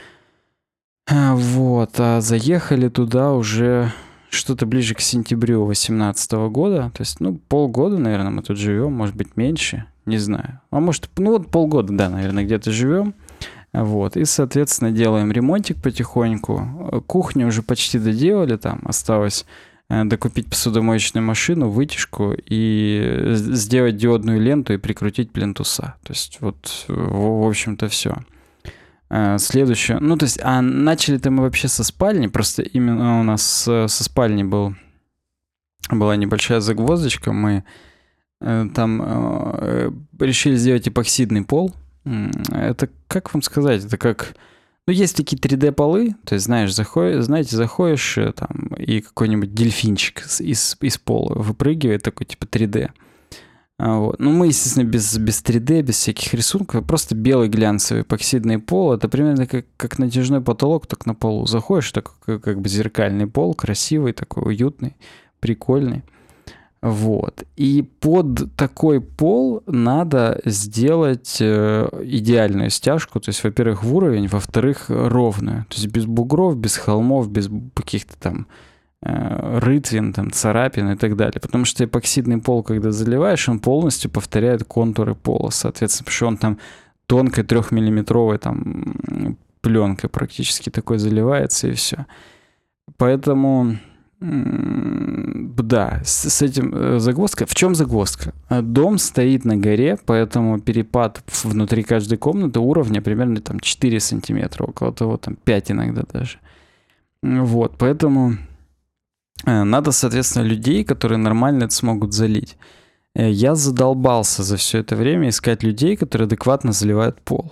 Вот, а заехали туда уже что-то ближе к сентябрю восемнадцатого года. То есть, ну, полгода, наверное, мы тут живем, может быть, меньше. Не знаю. А может, ну вот полгода, да, наверное, где-то живем. Вот. И, соответственно, делаем ремонтик потихоньку. Кухню уже почти доделали. Там осталось докупить посудомоечную машину, вытяжку и сделать диодную ленту и прикрутить плинтуса. То есть вот, в общем-то, все. Следующее. Ну, то есть, а начали-то мы вообще со спальни. Просто именно у нас со спальни был, была небольшая загвоздочка. Мы там э, решили сделать эпоксидный пол. Это, как вам сказать, это как... Ну, есть такие три дэ-полы, то есть, знаешь, заходишь, знаете, заходишь там, и какой-нибудь дельфинчик из, из пола выпрыгивает, такой типа три дэ. Вот. Ну, мы, естественно, без, без три дэ, без всяких рисунков, просто белый глянцевый эпоксидный пол. Это примерно как, как натяжной потолок, так на полу заходишь, такой как бы зеркальный пол, красивый, такой уютный, прикольный. Вот. И под такой пол надо сделать э, идеальную стяжку. То есть, во-первых, в уровень, во-вторых, ровную. То есть без бугров, без холмов, без каких-то там э, рытвин, там, царапин и так далее. Потому что эпоксидный пол, когда заливаешь, он полностью повторяет контуры пола. Соответственно, потому что он там тонкой трехмиллиметровой там пленкой практически такой заливается и все. Поэтому... Да, с, с этим загвоздка. В чем загвоздка? Дом стоит на горе, поэтому перепад внутри каждой комнаты уровня примерно там четыре сантиметра, около того там пять иногда даже. Вот, поэтому надо, соответственно, людей, которые нормально это смогут залить. Я задолбался за все это время искать людей, которые адекватно заливают пол.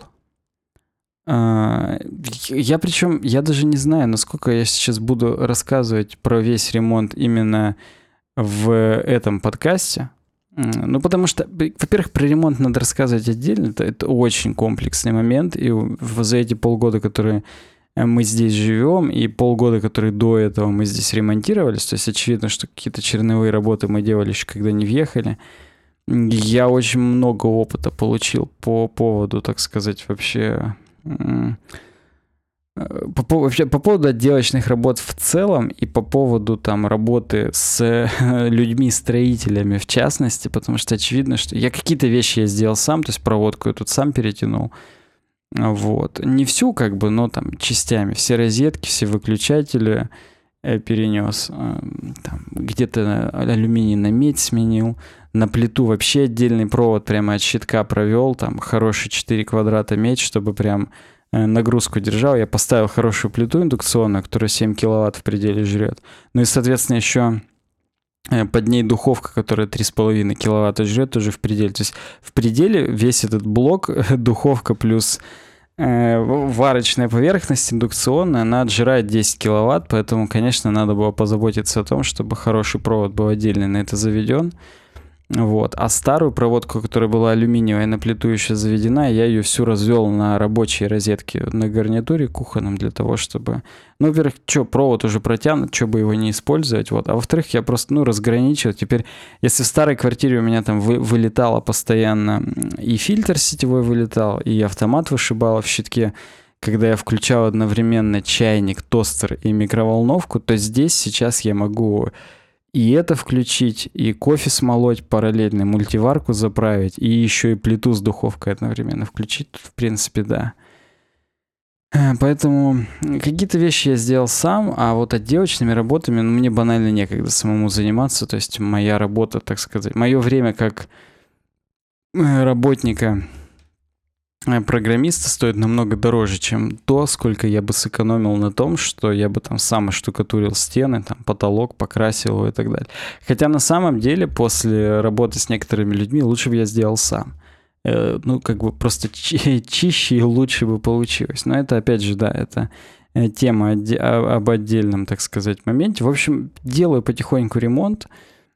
Я причем, я даже не знаю, насколько я сейчас буду рассказывать про весь ремонт именно в этом подкасте. Ну, потому что, во-первых, про ремонт надо рассказывать отдельно. Это, это очень комплексный момент. И за эти полгода, которые мы здесь живем, и полгода, которые до этого мы здесь ремонтировались, то есть очевидно, что какие-то черновые работы мы делали еще, когда не въехали, я очень много опыта получил по поводу, так сказать, вообще... По, вообще, по поводу отделочных работ в целом и по поводу там работы с людьми-строителями в частности, потому что очевидно, что я какие-то вещи я сделал сам, то есть проводку я тут сам перетянул, вот, не всю как бы, но там частями, все розетки, все выключатели перенес, там, где-то алюминий на медь сменил, на плиту вообще отдельный провод прямо от щитка провел, там хорошие четыре квадрата медь, чтобы прям нагрузку держал. Я поставил хорошую плиту индукционную, которая семь киловатт в пределе жрет. Ну и, соответственно, еще Под ней духовка, которая три с половиной киловатта жрет, тоже в пределе. То есть в пределе весь этот блок, духовка плюс э, варочная поверхность индукционная, она отжирает десять киловатт, поэтому, конечно, надо было позаботиться о том, чтобы хороший провод был отдельно на это заведен. Вот. А старую проводку, которая была алюминиевая, на плиту еще заведена, я ее всю развел на рабочие розетки на гарнитуре кухонном для того, чтобы... Ну, во-первых, что, провод уже протянут, что бы его не использовать, вот. А во-вторых, я просто, ну, разграничил. Теперь, если в старой квартире у меня там вы, вылетало постоянно и фильтр сетевой вылетал, и автомат вышибало в щитке, когда я включал одновременно чайник, тостер и микроволновку, то здесь сейчас я могу... И это включить, и кофе смолоть параллельно, мультиварку заправить, и еще и плиту с духовкой одновременно включить. В принципе, да. Поэтому какие-то вещи я сделал сам, а вот отделочными работами, ну, мне банально некогда самому заниматься. То есть моя работа, так сказать, мое время как работника, программиста стоит намного дороже, чем то, сколько я бы сэкономил на том, что я бы там сам оштукатурил стены, там потолок, покрасил его и так далее. Хотя на самом деле после работы с некоторыми людьми лучше бы я сделал сам. Э, ну, как бы просто чи- чище и лучше бы получилось. Но это, опять же, да, это тема отде- об отдельном, так сказать, моменте. В общем, делаю потихоньку ремонт,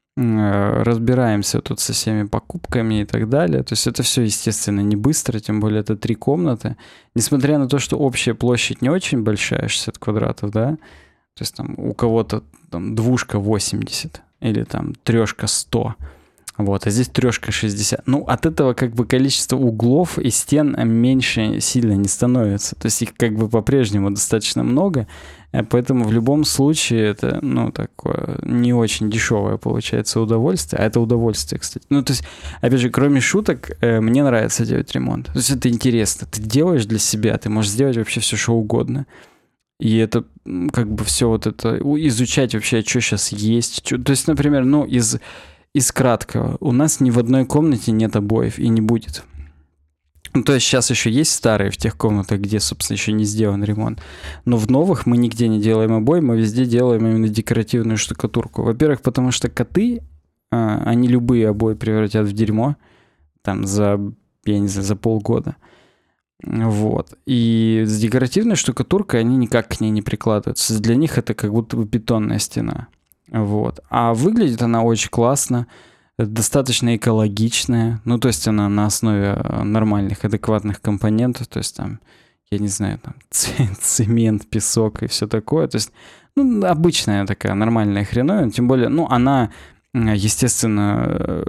разбираемся тут со всеми покупками и так далее. То есть это все, естественно, не быстро, тем более это три комнаты. Несмотря на то, что общая площадь не очень большая, шестьдесят квадратов, да, то есть там у кого-то там двушка восемьдесят или там трешка сто, вот, а здесь трешка шестьдесят. Ну, от этого как бы количество углов и стен меньше сильно не становится. То есть их как бы по-прежнему достаточно много, поэтому в любом случае это, ну, такое не очень дешевое получается удовольствие. А это удовольствие, кстати. Ну, то есть, опять же, кроме шуток, мне нравится делать ремонт. То есть это интересно. Ты делаешь для себя, ты можешь сделать вообще все, что угодно. И это как бы все вот это, изучать вообще, что сейчас есть. Что... То есть, например, ну, из... Из краткого. У нас ни в одной комнате нет обоев и не будет. Ну, то есть сейчас еще есть старые в тех комнатах, где, собственно, еще не сделан ремонт. Но в новых мы нигде не делаем обои, мы везде делаем именно декоративную штукатурку. Во-первых, потому что коты, а, они любые обои превратят в дерьмо. Там за, я не знаю, за полгода. Вот. И с декоративной штукатуркой они никак к ней не прикладываются. Для них это как будто бы бетонная стена. Вот. А выглядит она очень классно, достаточно экологичная. Ну, то есть она на основе нормальных, адекватных компонентов. То есть там, я не знаю, там цемент, песок и все такое. То есть, ну, обычная такая нормальная хреновина. Тем более, ну, она, естественно,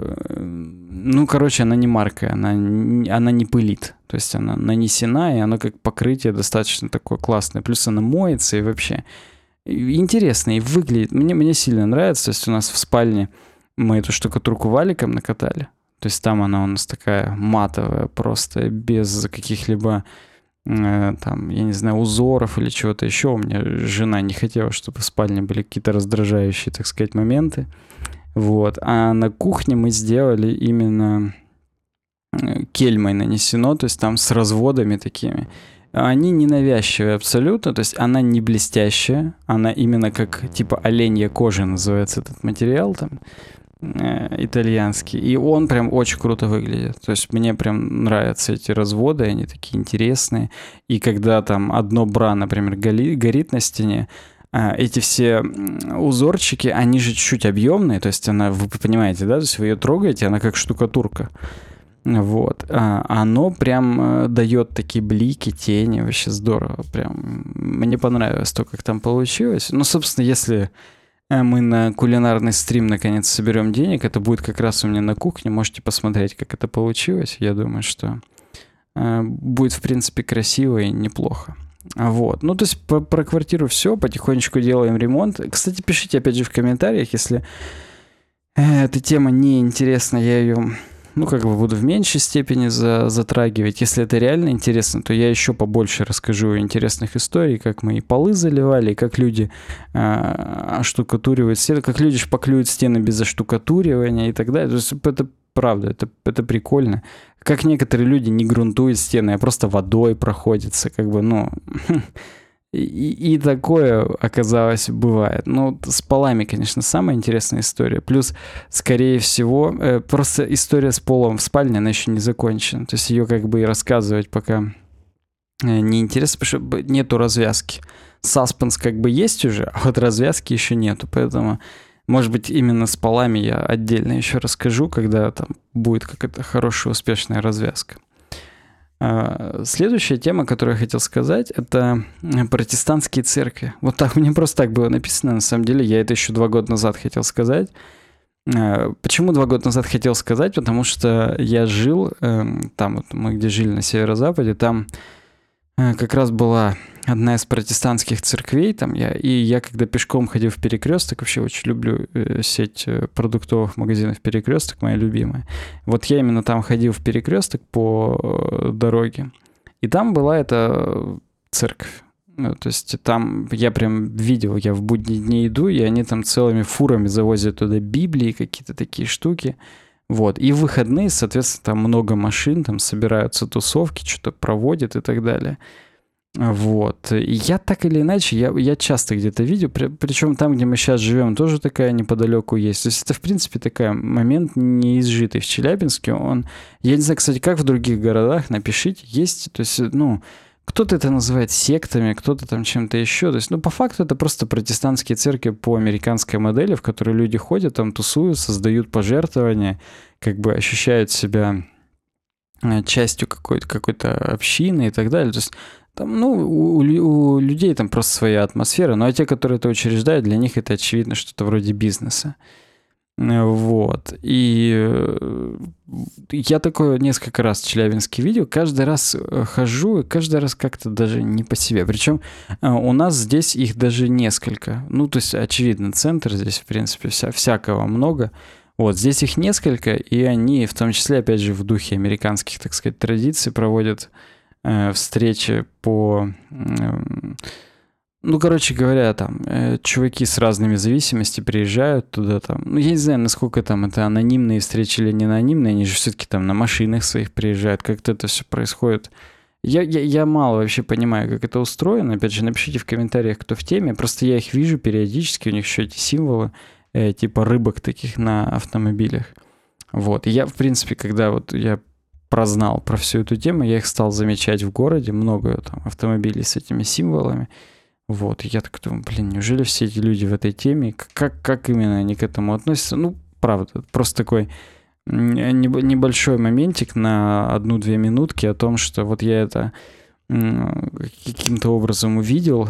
ну, короче, она не маркая, она, она не пылит. То есть она нанесена, и она как покрытие достаточно такое классное. Плюс она моется и вообще... Интересно и выглядит. Мне, мне сильно нравится. То есть у нас в спальне мы эту штукатурку валиком накатали. То есть там она у нас такая матовая, просто без каких-либо э, там, я не знаю, узоров или чего-то еще. У меня жена не хотела, чтобы в спальне были какие-то раздражающие, так сказать, моменты. Вот. А на кухне мы сделали именно кельмой нанесено, то есть там с разводами такими. Они ненавязчивые абсолютно, то есть она не блестящая, она именно как типа оленья кожа называется этот материал там, э, итальянский, и он прям очень круто выглядит, то есть мне прям нравятся эти разводы, они такие интересные, и когда там одно бра, например, голи, горит на стене, э, эти все узорчики, они же чуть-чуть объемные, то есть она, вы понимаете, да, то есть вы ее трогаете, она как штукатурка. Вот. А, оно прям э, дает такие блики, тени, вообще здорово. Прям мне понравилось то, как там получилось. Ну, собственно, если мы на кулинарный стрим наконец соберем денег, это будет как раз у меня на кухне. Можете посмотреть, как это получилось. Я думаю, что э, будет, в принципе, красиво и неплохо. Вот. Ну, то есть про, про квартиру все, потихонечку делаем ремонт. Кстати, пишите, опять же, в комментариях, если э, эта тема не интересна, я ее... Ну, как бы буду в меньшей степени за, затрагивать. Если это реально интересно, то я еще побольше расскажу интересных историй, как мы и полы заливали, и как люди э, оштукатуривают стены, как люди шпаклюют стены без оштукатуривания и так далее. То есть это правда, это, это прикольно. Как некоторые люди не грунтуют стены, а просто водой проходятся, как бы, ну... И, и такое, оказалось, бывает. Ну, с полами, конечно, самая интересная история. Плюс, скорее всего, э, просто история с полом в спальне, она еще не закончена. То есть ее как бы и рассказывать пока э, неинтересно, потому что нету развязки. Саспенс как бы есть уже, а вот развязки еще нету. Поэтому, может быть, именно с полами я отдельно еще расскажу, когда там будет какая-то хорошая, успешная развязка. Следующая тема, которую я хотел сказать, это протестантские церкви. Вот так, мне просто так было написано, на самом деле, я это еще два года назад хотел сказать. Почему два года назад хотел сказать? Потому что я жил, там вот мы где жили на северо-западе, там как раз была одна из протестантских церквей, там я, и я когда пешком ходил в Перекресток, вообще очень люблю э, сеть продуктовых магазинов Перекресток, моя любимая. Вот я именно там ходил в Перекресток по дороге, и там была эта церковь. Ну, то есть там я прям видел, я в будние дни иду, и они там целыми фурами завозят туда Библии, какие-то такие штуки. Вот. И в выходные, соответственно, там много машин, там собираются тусовки, что-то проводят и так далее. Вот. И я так или иначе, я, я часто где-то видел, при, причем там, где мы сейчас живем, тоже такая неподалеку есть. То есть это, в принципе, такой момент неизжитый в Челябинске. Он, я не знаю, кстати, как в других городах, напишите, есть, то есть, ну, кто-то это называет сектами, кто-то там чем-то еще. То есть, ну, по факту это просто протестантские церкви по американской модели, в которые люди ходят, там тусуются, сдают пожертвования, как бы ощущают себя частью какой-то, какой-то общины и так далее. То есть там, ну, у, у людей там просто своя атмосфера, ну, а те, которые это учреждают, для них это, очевидно, что-то вроде бизнеса. Вот. И я такое несколько раз в Челябинске видел, каждый раз хожу, и каждый раз как-то даже не по себе. Причем у нас здесь их даже несколько. Ну, то есть, очевидно, центр здесь, в принципе, вся, всякого много. Вот, здесь их несколько, и они, в том числе, опять же, в духе американских, так сказать, традиций проводят э, встречи по... Э, ну, короче говоря, там, э, чуваки с разными зависимостями приезжают туда, там, ну, я не знаю, насколько там это анонимные встречи или не анонимные, они же все-таки там на машинах своих приезжают, как-то это все происходит. Я, я, я мало вообще понимаю, как это устроено, опять же, напишите в комментариях, кто в теме, просто я их вижу периодически, у них еще эти символы, э, типа рыбок таких на автомобилях. Вот, и я, в принципе, когда вот я прознал про всю эту тему, я их стал замечать в городе, много там автомобилей с этими символами. Вот, и я так думаю, блин, неужели все эти люди в этой теме, как, как именно они к этому относятся? Ну, правда, просто такой небольшой моментик на одну-две минутки о том, что вот я это каким-то образом увидел,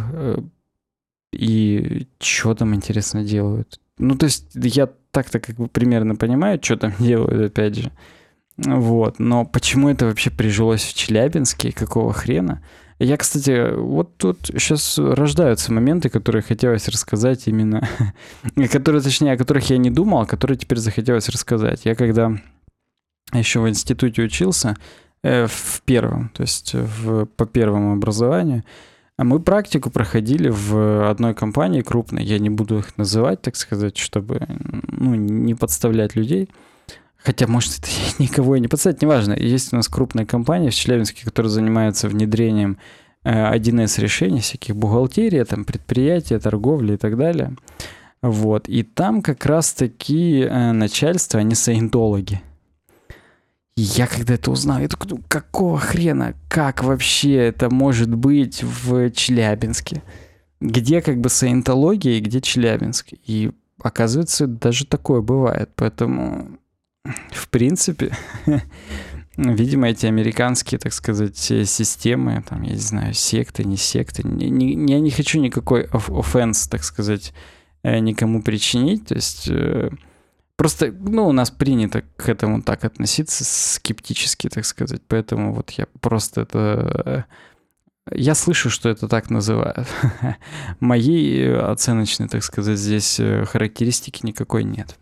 и что там, интересно, делают. Ну, то есть я так-то как бы примерно понимаю, что там делают, опять же. Вот, но почему это вообще прижилось в Челябинске, какого хрена? Я, кстати, вот тут сейчас рождаются моменты, которые хотелось рассказать именно, которые, точнее, о которых я не думал, а которые теперь захотелось рассказать. Я когда еще в институте учился, э, в первом, то есть в, по первому образованию, мы практику проходили в одной компании крупной, я не буду их называть, так сказать, чтобы, ну, не подставлять людей. Хотя, может, это никого и не подставить, неважно. Есть у нас крупная компания в Челябинске, которая занимается внедрением э, один эс решений, всяких бухгалтерии, там, предприятия, торговли и так далее. Вот. И там как раз-таки э, начальство, они саентологи. И я когда это узнал, я такой, ну, какого хрена, как вообще это может быть в Челябинске? Где как бы саентология и где Челябинск? И оказывается, даже такое бывает, поэтому... В принципе, видимо, эти американские, так сказать, системы, там, я не знаю, секты, не секты, не, не, я не хочу никакой оффенс, так сказать, никому причинить, то есть просто, ну, у нас принято к этому так относиться скептически, так сказать, поэтому вот я просто это... Я слышу, что это так называют. Моей оценочной, так сказать, здесь характеристики никакой нет.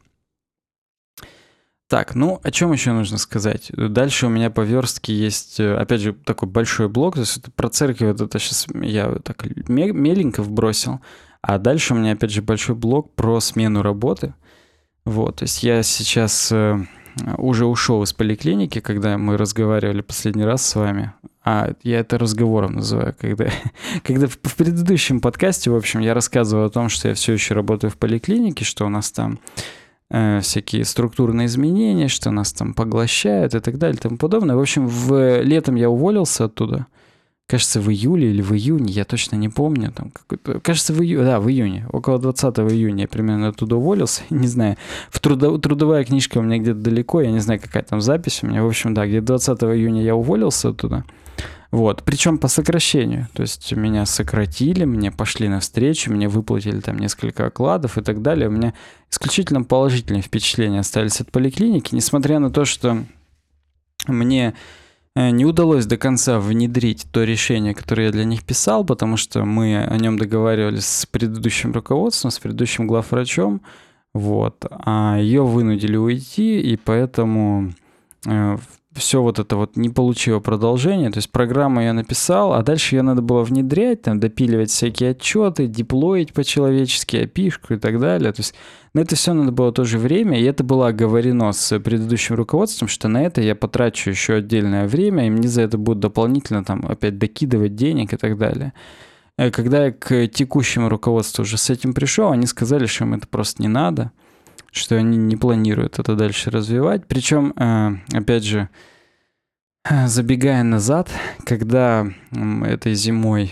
Так, ну, о чем еще нужно сказать? Дальше у меня по верстке есть, опять же, такой большой блок. То есть это про церковь, вот это сейчас я так меленько вбросил. А дальше у меня, опять же, большой блок про смену работы. Вот, то есть я сейчас уже ушел из поликлиники, когда мы разговаривали последний раз с вами. а я это разговором называю, когда, когда в, в предыдущем подкасте, в общем, я рассказывал о том, что я все еще работаю в поликлинике, что у нас там э, всякие структурные изменения, что нас там поглощают и так далее и тому подобное. В общем, в, летом я уволился оттуда. Кажется, в июле или в июне, я точно не помню. Там кажется, в июне, да, в июне, около двадцатого июня я примерно оттуда уволился. Не знаю, в трудо, трудовая книжка у меня где-то далеко, я не знаю, какая там запись у меня. В общем, да, где-то двадцатого июня я уволился оттуда. Вот, причем по сокращению. То есть меня сократили, мне пошли навстречу, мне выплатили там несколько окладов и так далее. У меня исключительно положительные впечатления остались от поликлиники, несмотря на то, что мне не удалось до конца внедрить то решение, которое я для них писал, потому что мы о нем договаривались с предыдущим руководством, с предыдущим главврачом, вот, а ее вынудили уйти, и поэтому э, все вот это вот не получило продолжения. То есть программу я написал, а дальше ее надо было внедрять, там, допиливать всякие отчеты, деплоить по-человечески, эй пи ай-шку и так далее. То есть на это все надо было тоже время, и это было оговорено с предыдущим руководством, что на это я потрачу еще отдельное время, и мне за это будут дополнительно там опять докидывать денег и так далее. Когда я к текущему руководству уже с этим пришел, они сказали, что им это просто не надо, что они не планируют это дальше развивать. Причем, опять же, забегая назад, когда этой зимой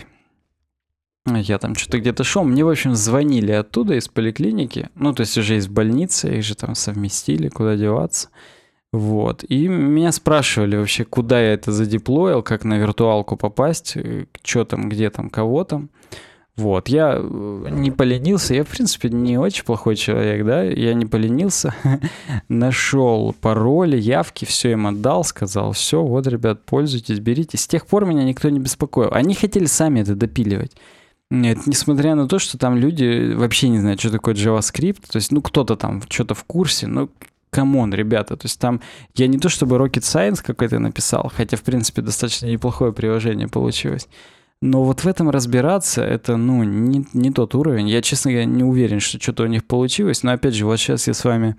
я там что-то где-то шел, мне, в общем, звонили оттуда, из поликлиники, ну, то есть уже из больницы, их же там совместили, куда деваться. Вот. И меня спрашивали вообще, куда я это задеплоил, как на виртуалку попасть, что там, где там, кого там. Вот, я не поленился, я, в принципе, не очень плохой человек, да, я не поленился, нашел пароли, явки, все им отдал, сказал, все, вот, ребят, пользуйтесь, берите. С тех пор меня никто не беспокоил. Они хотели сами это допиливать. Нет, несмотря на то, что там люди вообще не знают, что такое JavaScript, то есть, ну, кто-то там что-то в курсе, ну, камон, ребята, то есть там я не то чтобы Rocket Science какой-то написал, хотя, в принципе, достаточно неплохое приложение получилось. Но вот в этом разбираться, это, ну, не, не тот уровень. Я, честно говоря, не уверен, что что-то у них получилось. Но, опять же, вот сейчас я с вами...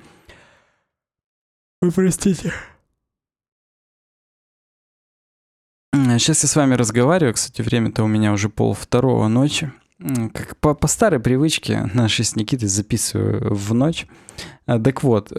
Ой, простите. Сейчас я с вами разговариваю. Кстати, время-то у меня уже полвторого ночи. Как по, по старой привычке нашей с Никитой записываю в ночь. Так вот,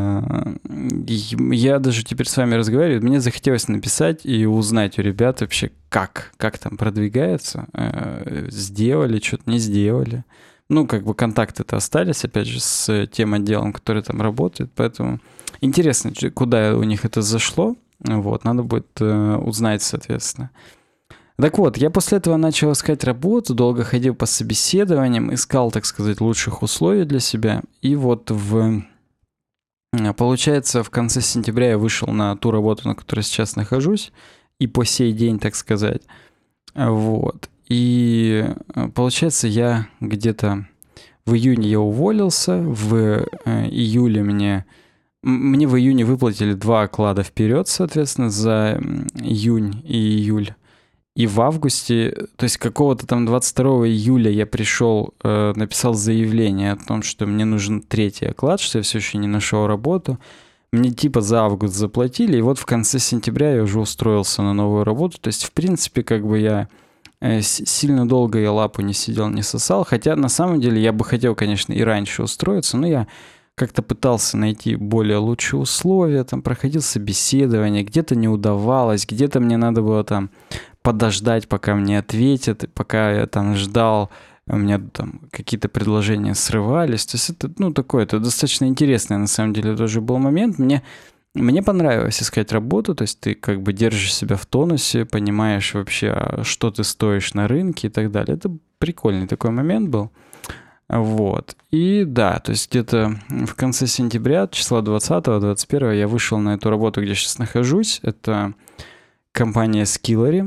я даже теперь с вами разговариваю, мне захотелось написать и узнать у ребят вообще, как, как там продвигается, сделали, что-то не сделали. Ну, как бы контакты-то остались, опять же, с тем отделом, который там работает, поэтому интересно, куда у них это зашло, вот, надо будет узнать, соответственно. Так вот, я после этого начал искать работу, долго ходил по собеседованиям, искал, так сказать, лучших условий для себя. И вот в... Получается, в конце сентября я вышел на ту работу, на которой сейчас нахожусь, и по сей день, так сказать. Вот. И получается, я где-то в июне я уволился, в июле мне... Мне в июне выплатили два оклада вперед, соответственно, за июнь и июль. И в августе, то есть какого-то там двадцать второго июля я пришел, э, написал заявление о том, что мне нужен третий оклад, что я все еще не нашел работу. Мне типа за август заплатили, и вот в конце сентября я уже устроился на новую работу. То есть, в принципе, как бы я э, сильно долго я лапу не сидел, не сосал. Хотя на самом деле я бы хотел, конечно, и раньше устроиться, но я как-то пытался найти более лучшие условия, там проходил собеседование, где-то не удавалось, где-то мне надо было там подождать, пока мне ответят, пока я там ждал, у меня там какие-то предложения срывались. То есть это, ну, такое, это достаточно интересный, на самом деле, тоже был момент. Мне, мне понравилось искать работу, то есть ты как бы держишь себя в тонусе, понимаешь вообще, что ты стоишь на рынке и так далее. Это прикольный такой момент был. Вот. И да, то есть где-то в конце сентября, числа двадцатого-двадцать первого, я вышел на эту работу, где сейчас нахожусь. Это компания Skillery.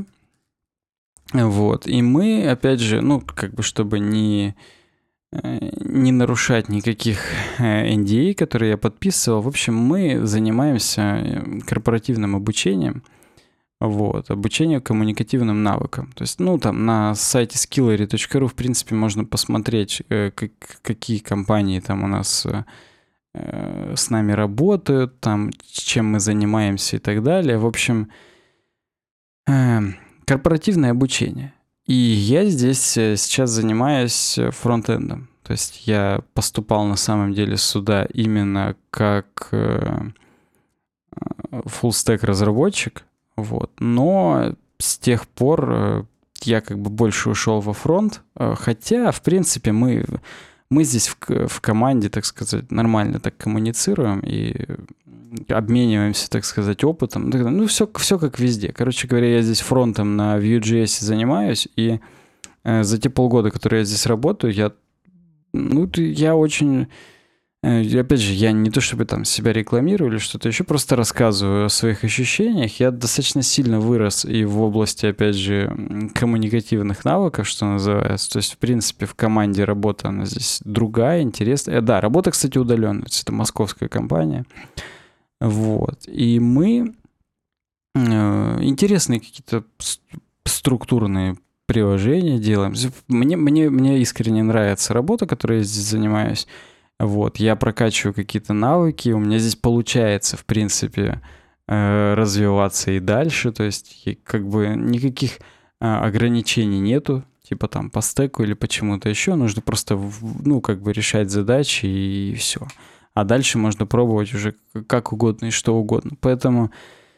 Вот. И мы, опять же, ну, как бы, чтобы не, не нарушать никаких эн ди эй, которые я подписывал, в общем, мы занимаемся корпоративным обучением. Вот, обучению коммуникативным навыкам. То есть, ну, там на сайте skillery точка ру, в принципе, можно посмотреть, как, какие компании там у нас э, с нами работают, там, чем мы занимаемся и так далее. В общем, э, корпоративное обучение. И я здесь э, сейчас занимаюсь э, фронтендом. То есть я поступал на самом деле сюда именно как э, full-stack разработчик, вот. Но с тех пор э, я как бы больше ушел во фронт, э, хотя, в принципе, мы, мы здесь в, в команде, так сказать, нормально так коммуницируем и обмениваемся, так сказать, опытом. Ну, все, все как везде. Короче говоря, я здесь фронтом на Vue.js занимаюсь, и э, за те полгода, которые я здесь работаю, я, ну, я очень... И опять же, я не то чтобы там себя рекламирую или что-то еще, просто рассказываю о своих ощущениях. Я достаточно сильно вырос и в области, опять же, коммуникативных навыков, что называется. То есть, в принципе, в команде работа, она здесь другая, интересная. Да, работа, кстати, удаленная. То есть это московская компания. Вот. И мы э, интересные какие-то структурные приложения делаем. Мне, мне, мне искренне нравится работа, которой я здесь занимаюсь. Вот, я прокачиваю какие-то навыки, у меня здесь получается, в принципе, развиваться и дальше, то есть как бы никаких ограничений нету, типа там по стеку или почему-то еще, нужно просто, ну, как бы решать задачи и все. А дальше можно пробовать уже как угодно и что угодно. Поэтому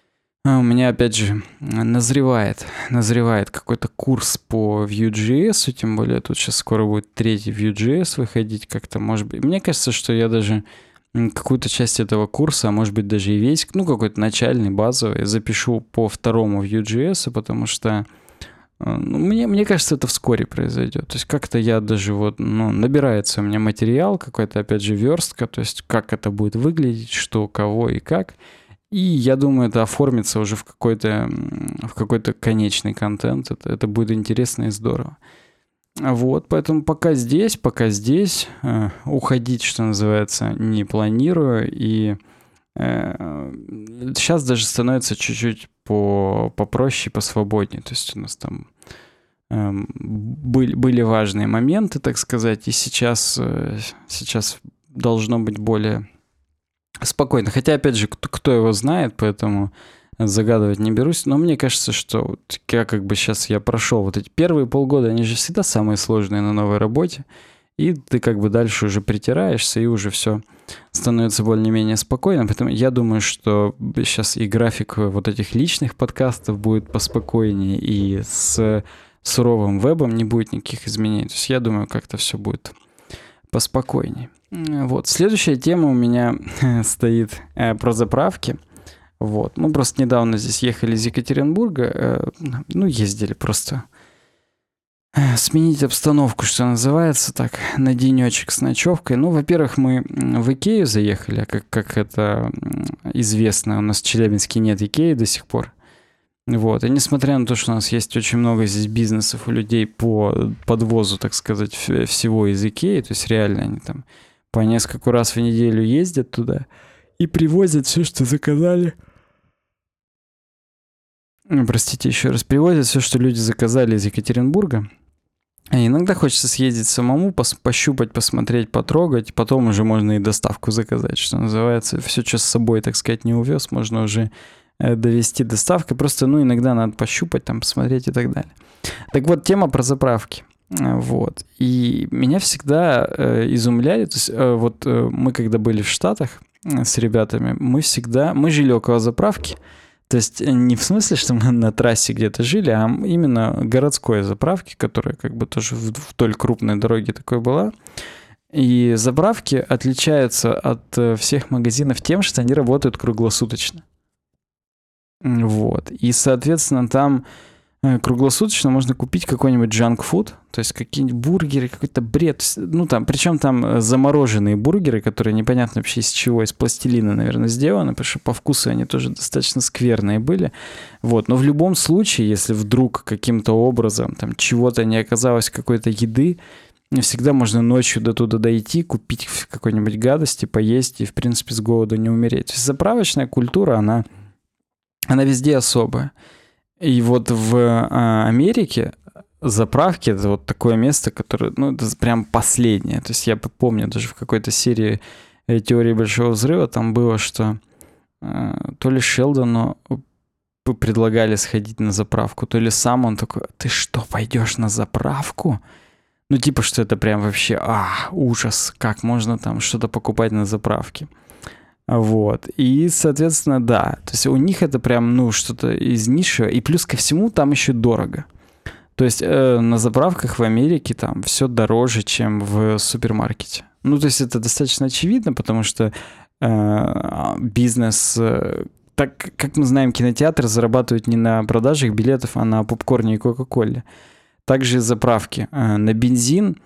у меня, опять же, назревает, назревает какой-то курс по Vue.js, тем более тут сейчас скоро будет третий Vue.js выходить как-то, может быть. Мне кажется, что я даже какую-то часть этого курса, а может быть даже и весь, ну, какой-то начальный, базовый, запишу по второму Vue.js, потому что, ну, мне, мне кажется, это вскоре произойдет. То есть как-то я даже вот, ну, набирается у меня материал какой-то, опять же, верстка, то есть как это будет выглядеть, что, кого и как. И я думаю, это оформится уже в какой-то, в какой-то конечный контент. Это, это будет интересно и здорово. Вот, поэтому пока здесь, пока здесь. Э, уходить, что называется, не планирую. И э, сейчас даже становится чуть-чуть по, попроще, посвободнее. То есть у нас там э, были, были важные моменты, так сказать. И сейчас, э, сейчас должно быть более... спокойно. Хотя, опять же, кто, кто его знает, поэтому загадывать не берусь. Но мне кажется, что вот я как бы сейчас я прошел вот эти первые полгода, они же всегда самые сложные на новой работе. И ты как бы дальше уже притираешься, и уже все становится более-менее спокойно. Поэтому я думаю, что сейчас и график вот этих личных подкастов будет поспокойнее, и с суровым вебом не будет никаких изменений. То есть я думаю, как-то все будет поспокойнее. Вот. Следующая тема у меня стоит э, про заправки. Вот. Мы просто недавно здесь ехали из Екатеринбурга. Э, ну, ездили просто э, сменить обстановку, что называется, так, на денечек с ночевкой. Ну, во-первых, мы в Икею заехали, как, как это известно, у нас в Челябинске нет Икеи до сих пор. Вот. И несмотря на то, что у нас есть очень много здесь бизнесов у людей по подвозу, так сказать, всего из Икеи, то есть реально они там по нескольку раз в неделю ездят туда и привозят все, что заказали. Простите, еще раз. Привозят все, что люди заказали из Екатеринбурга. И иногда хочется съездить самому, пос- пощупать, посмотреть, потрогать. Потом уже можно и доставку заказать, что называется. Все, что с собой, так сказать, не увез, можно уже э, довести доставкой. Просто, ну, иногда надо пощупать, там, посмотреть и так далее. Так вот, тема про заправки. Вот. И меня всегда э, изумляли, то есть э, вот э, мы когда были в Штатах э, с ребятами, мы всегда, мы жили около заправки, то есть не в смысле, что мы на трассе где-то жили, а именно городской заправки, которая как бы тоже вдоль крупной дороги такой была. И заправки отличаются от э, всех магазинов тем, что они работают круглосуточно. Вот. И, соответственно, там круглосуточно можно купить какой-нибудь джанк-фуд, то есть какие-нибудь бургеры, какой-то бред. Ну, там, причем там замороженные бургеры, которые непонятно вообще из чего, из пластилина, наверное, сделаны, потому что по вкусу они тоже достаточно скверные были. Вот. Но в любом случае, если вдруг каким-то образом там чего-то не оказалось, какой-то еды, всегда можно ночью до туда дойти, купить какой-нибудь гадости, поесть и, в принципе, с голоду не умереть. То есть заправочная культура, она, она везде особая. И вот в а, Америке заправки — это вот такое место, которое, ну, это прям последнее. То есть я помню, даже в какой-то серии «Теории Большого Взрыва» там было, что э, то ли Шелдону предлагали сходить на заправку, то ли сам он такой: ты что, пойдешь на заправку? Ну, типа, что это прям вообще, а, ужас, как можно там что-то покупать на заправке. Вот. И, соответственно, да. То есть у них это прям, ну, что-то из ниши. И плюс ко всему там еще дорого. То есть э, на заправках в Америке там все дороже, чем в супермаркете. Ну, то есть это достаточно очевидно, потому что э, бизнес... Э, так, как мы знаем, кинотеатры зарабатывают не на продажах билетов, а на попкорне и кока-коле. Также заправки. Э, на бензин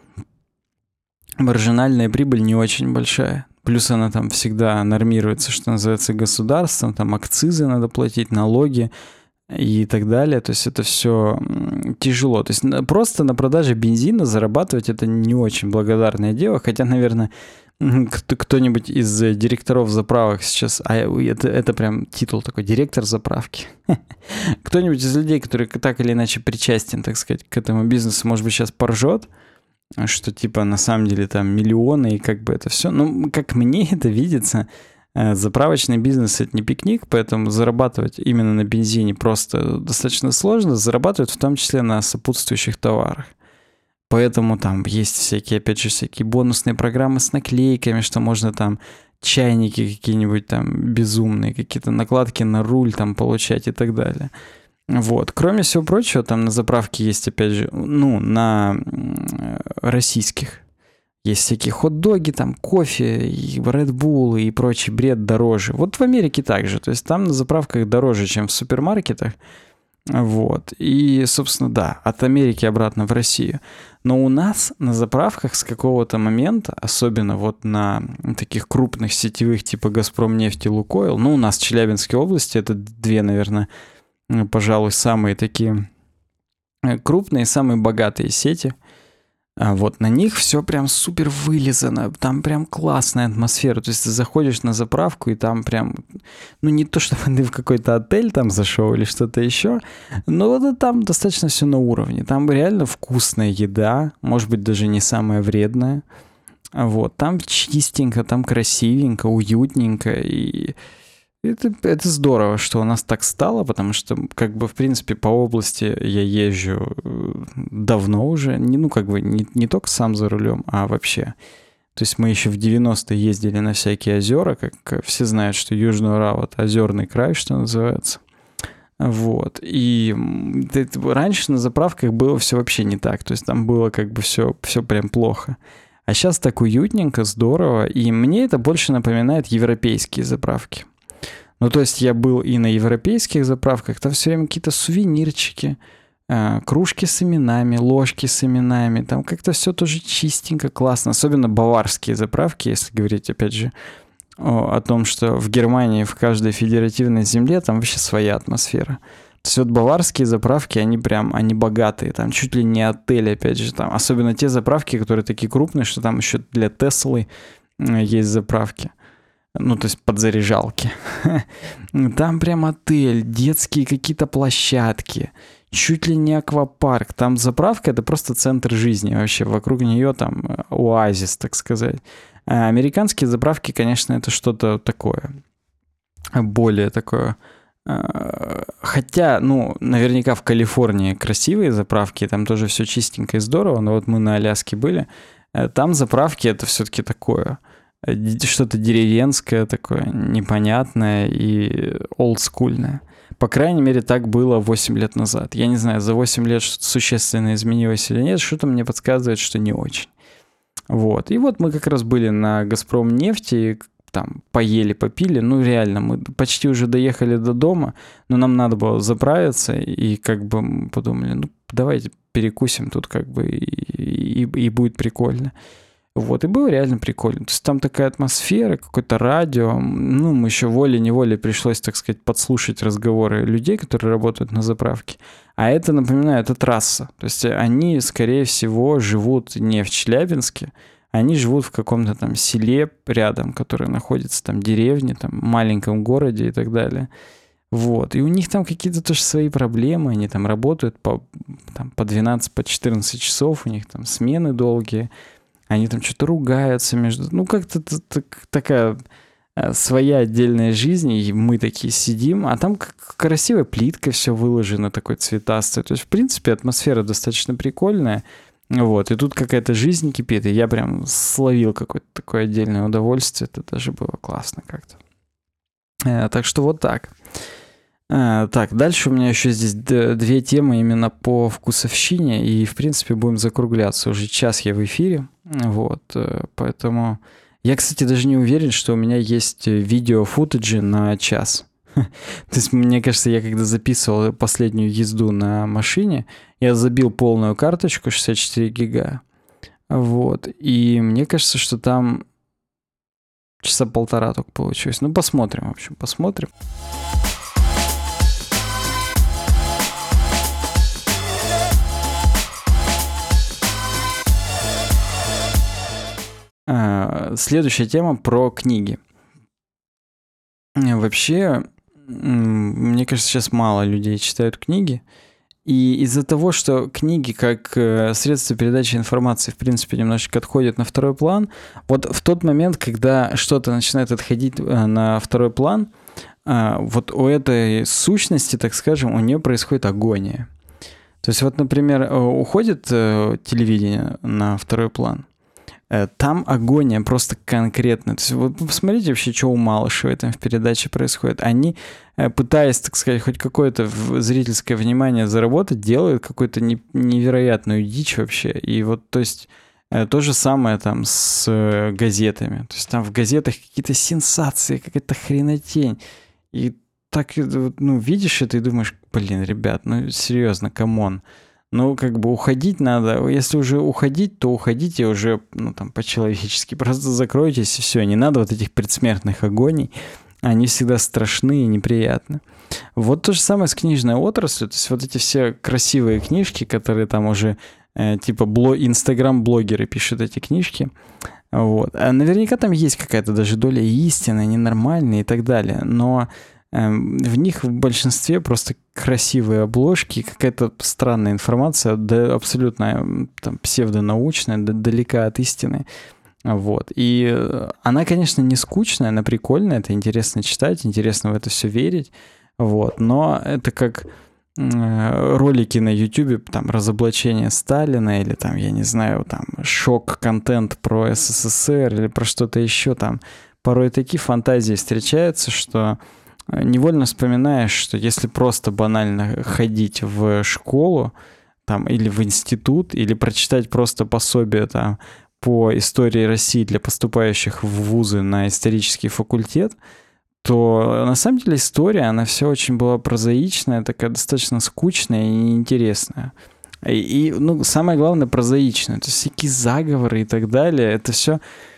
маржинальная прибыль не очень большая. Плюс она там всегда нормируется, что называется, государством, там акцизы надо платить, налоги и так далее. То есть это все тяжело. То есть просто на продаже бензина зарабатывать это не очень благодарное дело. Хотя, наверное, кто-нибудь из директоров заправок сейчас, а это, это прям титул такой, директор заправки. Кто-нибудь из людей, который так или иначе причастен, так сказать, к этому бизнесу, может быть, сейчас поржет, что типа на самом деле там миллионы и как бы это все. Ну, как мне это видится, заправочный бизнес — это не пикник, поэтому зарабатывать именно на бензине просто достаточно сложно. Зарабатывают в том числе на сопутствующих товарах. Поэтому там есть всякие, опять же, всякие бонусные программы с наклейками, что можно там чайники какие-нибудь там безумные, какие-то накладки на руль там получать и так далее. Вот. Кроме всего прочего, там на заправке есть, опять же, ну, на российских есть всякие хот-доги, там кофе, и Red Bull и прочий бред дороже. Вот в Америке также. То есть там на заправках дороже, чем в супермаркетах. Вот. И, собственно, да, от Америки обратно в Россию. Но у нас на заправках с какого-то момента, особенно вот на таких крупных сетевых типа «Газпромнефть» и «Лукойл», ну, у нас в Челябинской области это две, наверное, пожалуй, самые такие крупные, самые богатые сети. А вот на них все прям супер вылизано, там прям классная атмосфера. То есть ты заходишь на заправку, и там прям, ну не то, чтобы ты в какой-то отель там зашел или что-то еще, но вот там достаточно все на уровне. Там реально вкусная еда, может быть, даже не самая вредная. Вот, там чистенько, там красивенько, уютненько, и это, это здорово, что у нас так стало, потому что, как бы, в принципе, по области я езжу давно уже, не, ну, как бы, не, не только сам за рулем, а вообще. То есть мы еще в девяностые ездили на всякие озера, как все знают, что Южный Урал — это озерный край, что называется. Вот. И раньше на заправках было все вообще не так, то есть там было как бы все, все прям плохо. А сейчас так уютненько, здорово, и мне это больше напоминает европейские заправки. Ну, то есть я был и на европейских заправках, там все время какие-то сувенирчики, э, кружки с именами, ложки с именами, там как-то все тоже чистенько, классно. Особенно баварские заправки, если говорить, опять же, о, о том, что в Германии в каждой федеративной земле там вообще своя атмосфера. То есть вот баварские заправки, они прям, они богатые, там чуть ли не отель, опять же, там. Особенно те заправки, которые такие крупные, что там еще для Теслы есть заправки. Ну, то есть подзаряжалки. Там прям отель, детские какие-то площадки, чуть ли не аквапарк. Там заправка — это просто центр жизни вообще. Вокруг нее там оазис, так сказать. А американские заправки, конечно, это что-то такое. Более такое. Хотя, ну, наверняка в Калифорнии красивые заправки, там тоже все чистенько и здорово, но вот мы на Аляске были. Там заправки — это все-таки такое... что-то деревенское такое, непонятное и олдскульное. По крайней мере, так было восемь лет назад. Я не знаю, за восемь лет что-то существенно изменилось или нет, что-то мне подсказывает, что не очень. Вот. И вот мы как раз были на «Газпромнефти», там поели, попили. Ну, реально, мы почти уже доехали до дома, но нам надо было заправиться, и как бы мы подумали, ну, давайте перекусим тут как бы, и, и, и будет прикольно. Вот, и было реально прикольно. То есть там такая атмосфера, какое-то радио. Ну, мы еще волей-неволей пришлось, так сказать, подслушать разговоры людей, которые работают на заправке. А это, напоминаю, это трасса. То есть они, скорее всего, живут не в Челябинске, они живут в каком-то там селе рядом, которое находится там, деревне, там, маленьком городе и так далее. Вот. И у них там какие-то тоже свои проблемы. Они там работают по, там, по двенадцать, по четырнадцать часов, у них там смены долгие. Они там что-то ругаются между... Ну, как-то так, такая э, своя отдельная жизнь, и мы такие сидим, а там как красивая плитка все выложено, такой цветастый. То есть, в принципе, атмосфера достаточно прикольная. Вот, и тут какая-то жизнь кипит, и я прям словил какое-то такое отдельное удовольствие. Это даже было классно как-то. Э, так что вот так. Э, так, дальше у меня еще здесь д- две темы именно по вкусовщине, и, в принципе, будем закругляться. Уже час я в эфире, вот, э, поэтому... Я, кстати, даже не уверен, что у меня есть видео-футажи на час. То есть, мне кажется, я когда записывал последнюю езду на машине, я забил полную карточку шестьдесят четыре гига. Вот. И мне кажется, что там часа полтора только получилось. Ну, посмотрим, в общем, посмотрим. Следующая тема про книги. Вообще, мне кажется, сейчас мало людей читают книги. И из-за того, что книги как средство передачи информации, в принципе, немножечко отходят на второй план, вот в тот момент, когда что-то начинает отходить на второй план, вот у этой сущности, так скажем, у нее происходит агония. То есть вот, например, уходит телевидение на второй план, там агония просто конкретная. То есть вот посмотрите вообще, что у Малышевой там в передаче происходит. Они, пытаясь, так сказать, хоть какое-то зрительское внимание заработать, делают какую-то невероятную дичь вообще. И вот, то есть, то же самое там с газетами. То есть там в газетах какие-то сенсации, какая-то хренотень. И так, ну, видишь это и думаешь, блин, ребят, ну, серьезно, камон. Ну, как бы уходить надо. Если уже уходить, то уходите уже, ну, там, по-человечески. Просто закройтесь, и все. Не надо вот этих предсмертных агоний. Они всегда страшны и неприятны. Вот то же самое с книжной отраслью. То есть вот эти все красивые книжки, которые там уже, э, типа, бло... инстаграм-блогеры пишут эти книжки. Вот. А наверняка там есть какая-то даже доля истины, они нормальные и так далее. Но... В них в большинстве просто красивые обложки, какая-то странная информация, да, абсолютно там, псевдонаучная, да, далека от истины. Вот. И она, конечно, не скучная, она прикольная, это интересно читать, интересно в это все верить. Вот. Но это как ролики на YouTube, там, разоблачение Сталина или там, я не знаю, там, шок-контент про СССР или про что-то еще там. Порой такие фантазии встречаются, что невольно вспоминаешь, что если просто банально ходить в школу там, или в институт, или прочитать просто пособие там, по истории России для поступающих в вузы на исторический факультет, то на самом деле история, она все очень была прозаичная, такая достаточно скучная и неинтересная. И, и ну, самое главное, прозаичная. То есть всякие заговоры и так далее, это все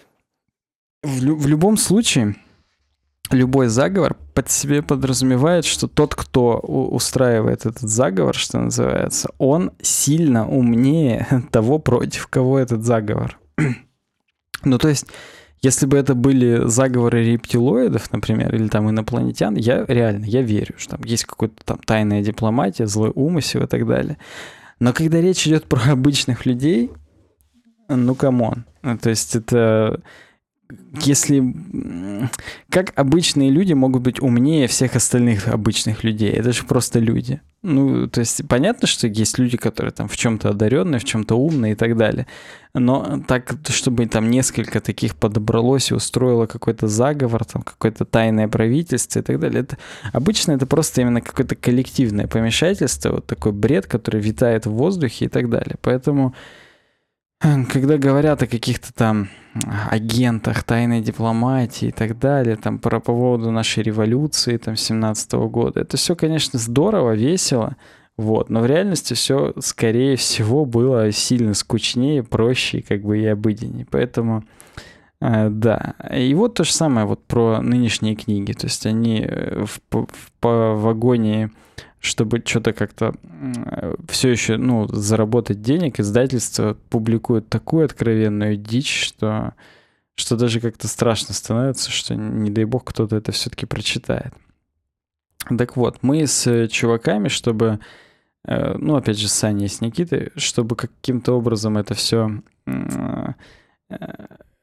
в, лю- в любом случае... Любой заговор под себе подразумевает, что тот, кто устраивает этот заговор, что называется, он сильно умнее того, против кого этот заговор. Ну, то есть, если бы это были заговоры рептилоидов, например, или там инопланетян, я реально, я верю, что там есть какая-то там тайная дипломатия, злой умысел и так далее. Но когда речь идет про обычных людей, ну, камон. То есть, это... Если... Как обычные люди могут быть умнее всех остальных обычных людей? Это же просто люди. Ну, то есть понятно, что есть люди, которые там в чем-то одаренные, в чем-то умные и так далее. Но так, чтобы там несколько таких подобралось и устроило какой-то заговор, там какое-то тайное правительство и так далее, это обычно это просто именно какое-то коллективное помешательство, вот такой бред, который витает в воздухе и так далее. Поэтому... Когда говорят о каких-то там агентах тайной дипломатии и так далее, там про по поводу нашей революции там семнадцатого года, это все, конечно, здорово, весело, вот, но в реальности все, скорее всего, было сильно скучнее, проще, как бы и обыденнее, поэтому э, да. И вот то же самое вот про нынешние книги, то есть они в, в, по вагоне, чтобы что-то как-то все еще, ну, заработать денег, издательство публикует такую откровенную дичь, что, что даже как-то страшно становится, что, не дай бог, кто-то это все-таки прочитает. Так вот, мы с чуваками, чтобы, ну, опять же, с Саней и с Никитой, чтобы каким-то образом это все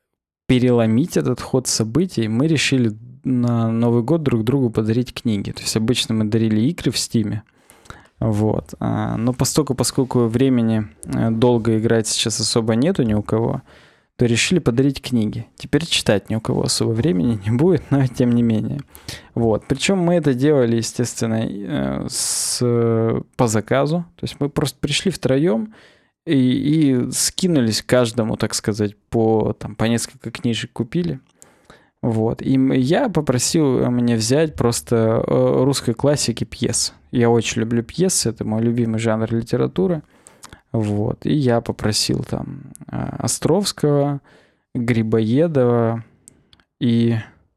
переломить этот ход событий, мы решили на Новый год друг другу подарить книги. То есть обычно мы дарили игры в Стиме. Вот. Но поскольку, поскольку времени долго играть сейчас особо нету ни у кого, то решили подарить книги. Теперь читать ни у кого особо времени не будет, но тем не менее. Вот. Причем мы это делали, естественно, с, по заказу. То есть мы просто пришли втроем и, и скинулись каждому, так сказать, по, там, по несколько книжек купили. Вот. И я попросил меня взять просто русской классики пьес. Я очень люблю пьесы, это мой любимый жанр литературы. Вот. И я попросил там Островского, Грибоедова и,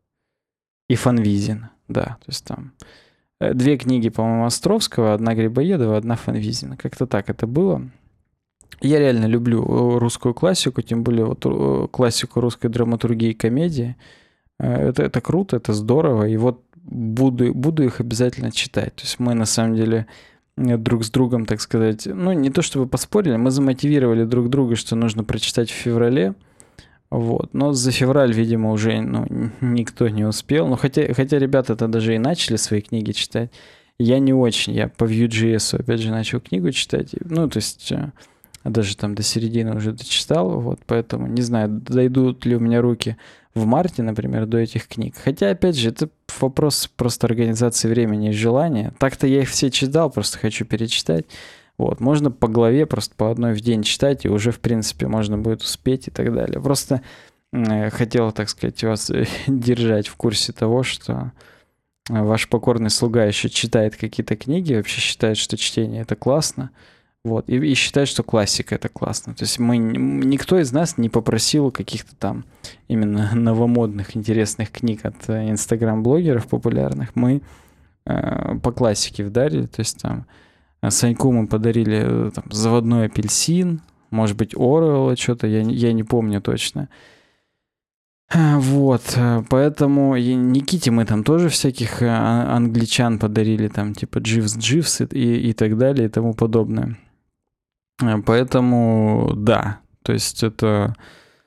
и Фанвизина. Да, то есть там две книги, по-моему, Островского, одна Грибоедова, одна Фанвизина. Как-то так это было. Я реально люблю русскую классику, тем более вот классику русской драматургии и комедии. Это, это круто, это здорово, и вот буду, буду их обязательно читать. То есть мы на самом деле друг с другом, так сказать, ну не то чтобы поспорили, мы замотивировали друг друга, что нужно прочитать в феврале, вот. Но за февраль, видимо, уже ну, никто не успел. Ну хотя, хотя ребята-то даже и начали свои книги читать. Я не очень, я по Vue.js опять же начал книгу читать, ну то есть даже там до середины уже дочитал, вот, поэтому не знаю, дойдут ли у меня руки в марте, например, до этих книг. Хотя, опять же, это вопрос просто организации времени и желания. Так-то я их все читал, просто хочу перечитать. Вот. Можно по главе просто по одной в день читать, и уже, в принципе, можно будет успеть и так далее. Просто э, хотел, так сказать, вас держать в курсе того, что ваш покорный слуга еще читает какие-то книги, вообще считает, что чтение — это классно. Вот, и, и считает, что классика — это классно. То есть мы, никто из нас не попросил каких-то там именно новомодных, интересных книг от инстаграм-блогеров популярных. Мы э, по классике вдарили. То есть там Саньку мы подарили там, «Заводной апельсин», может быть, Оруэлла что-то, я, я не помню точно. Вот, поэтому Никите мы там тоже всяких англичан подарили, там типа Дживс Дживс и, и так далее и тому подобное. Поэтому да, то есть это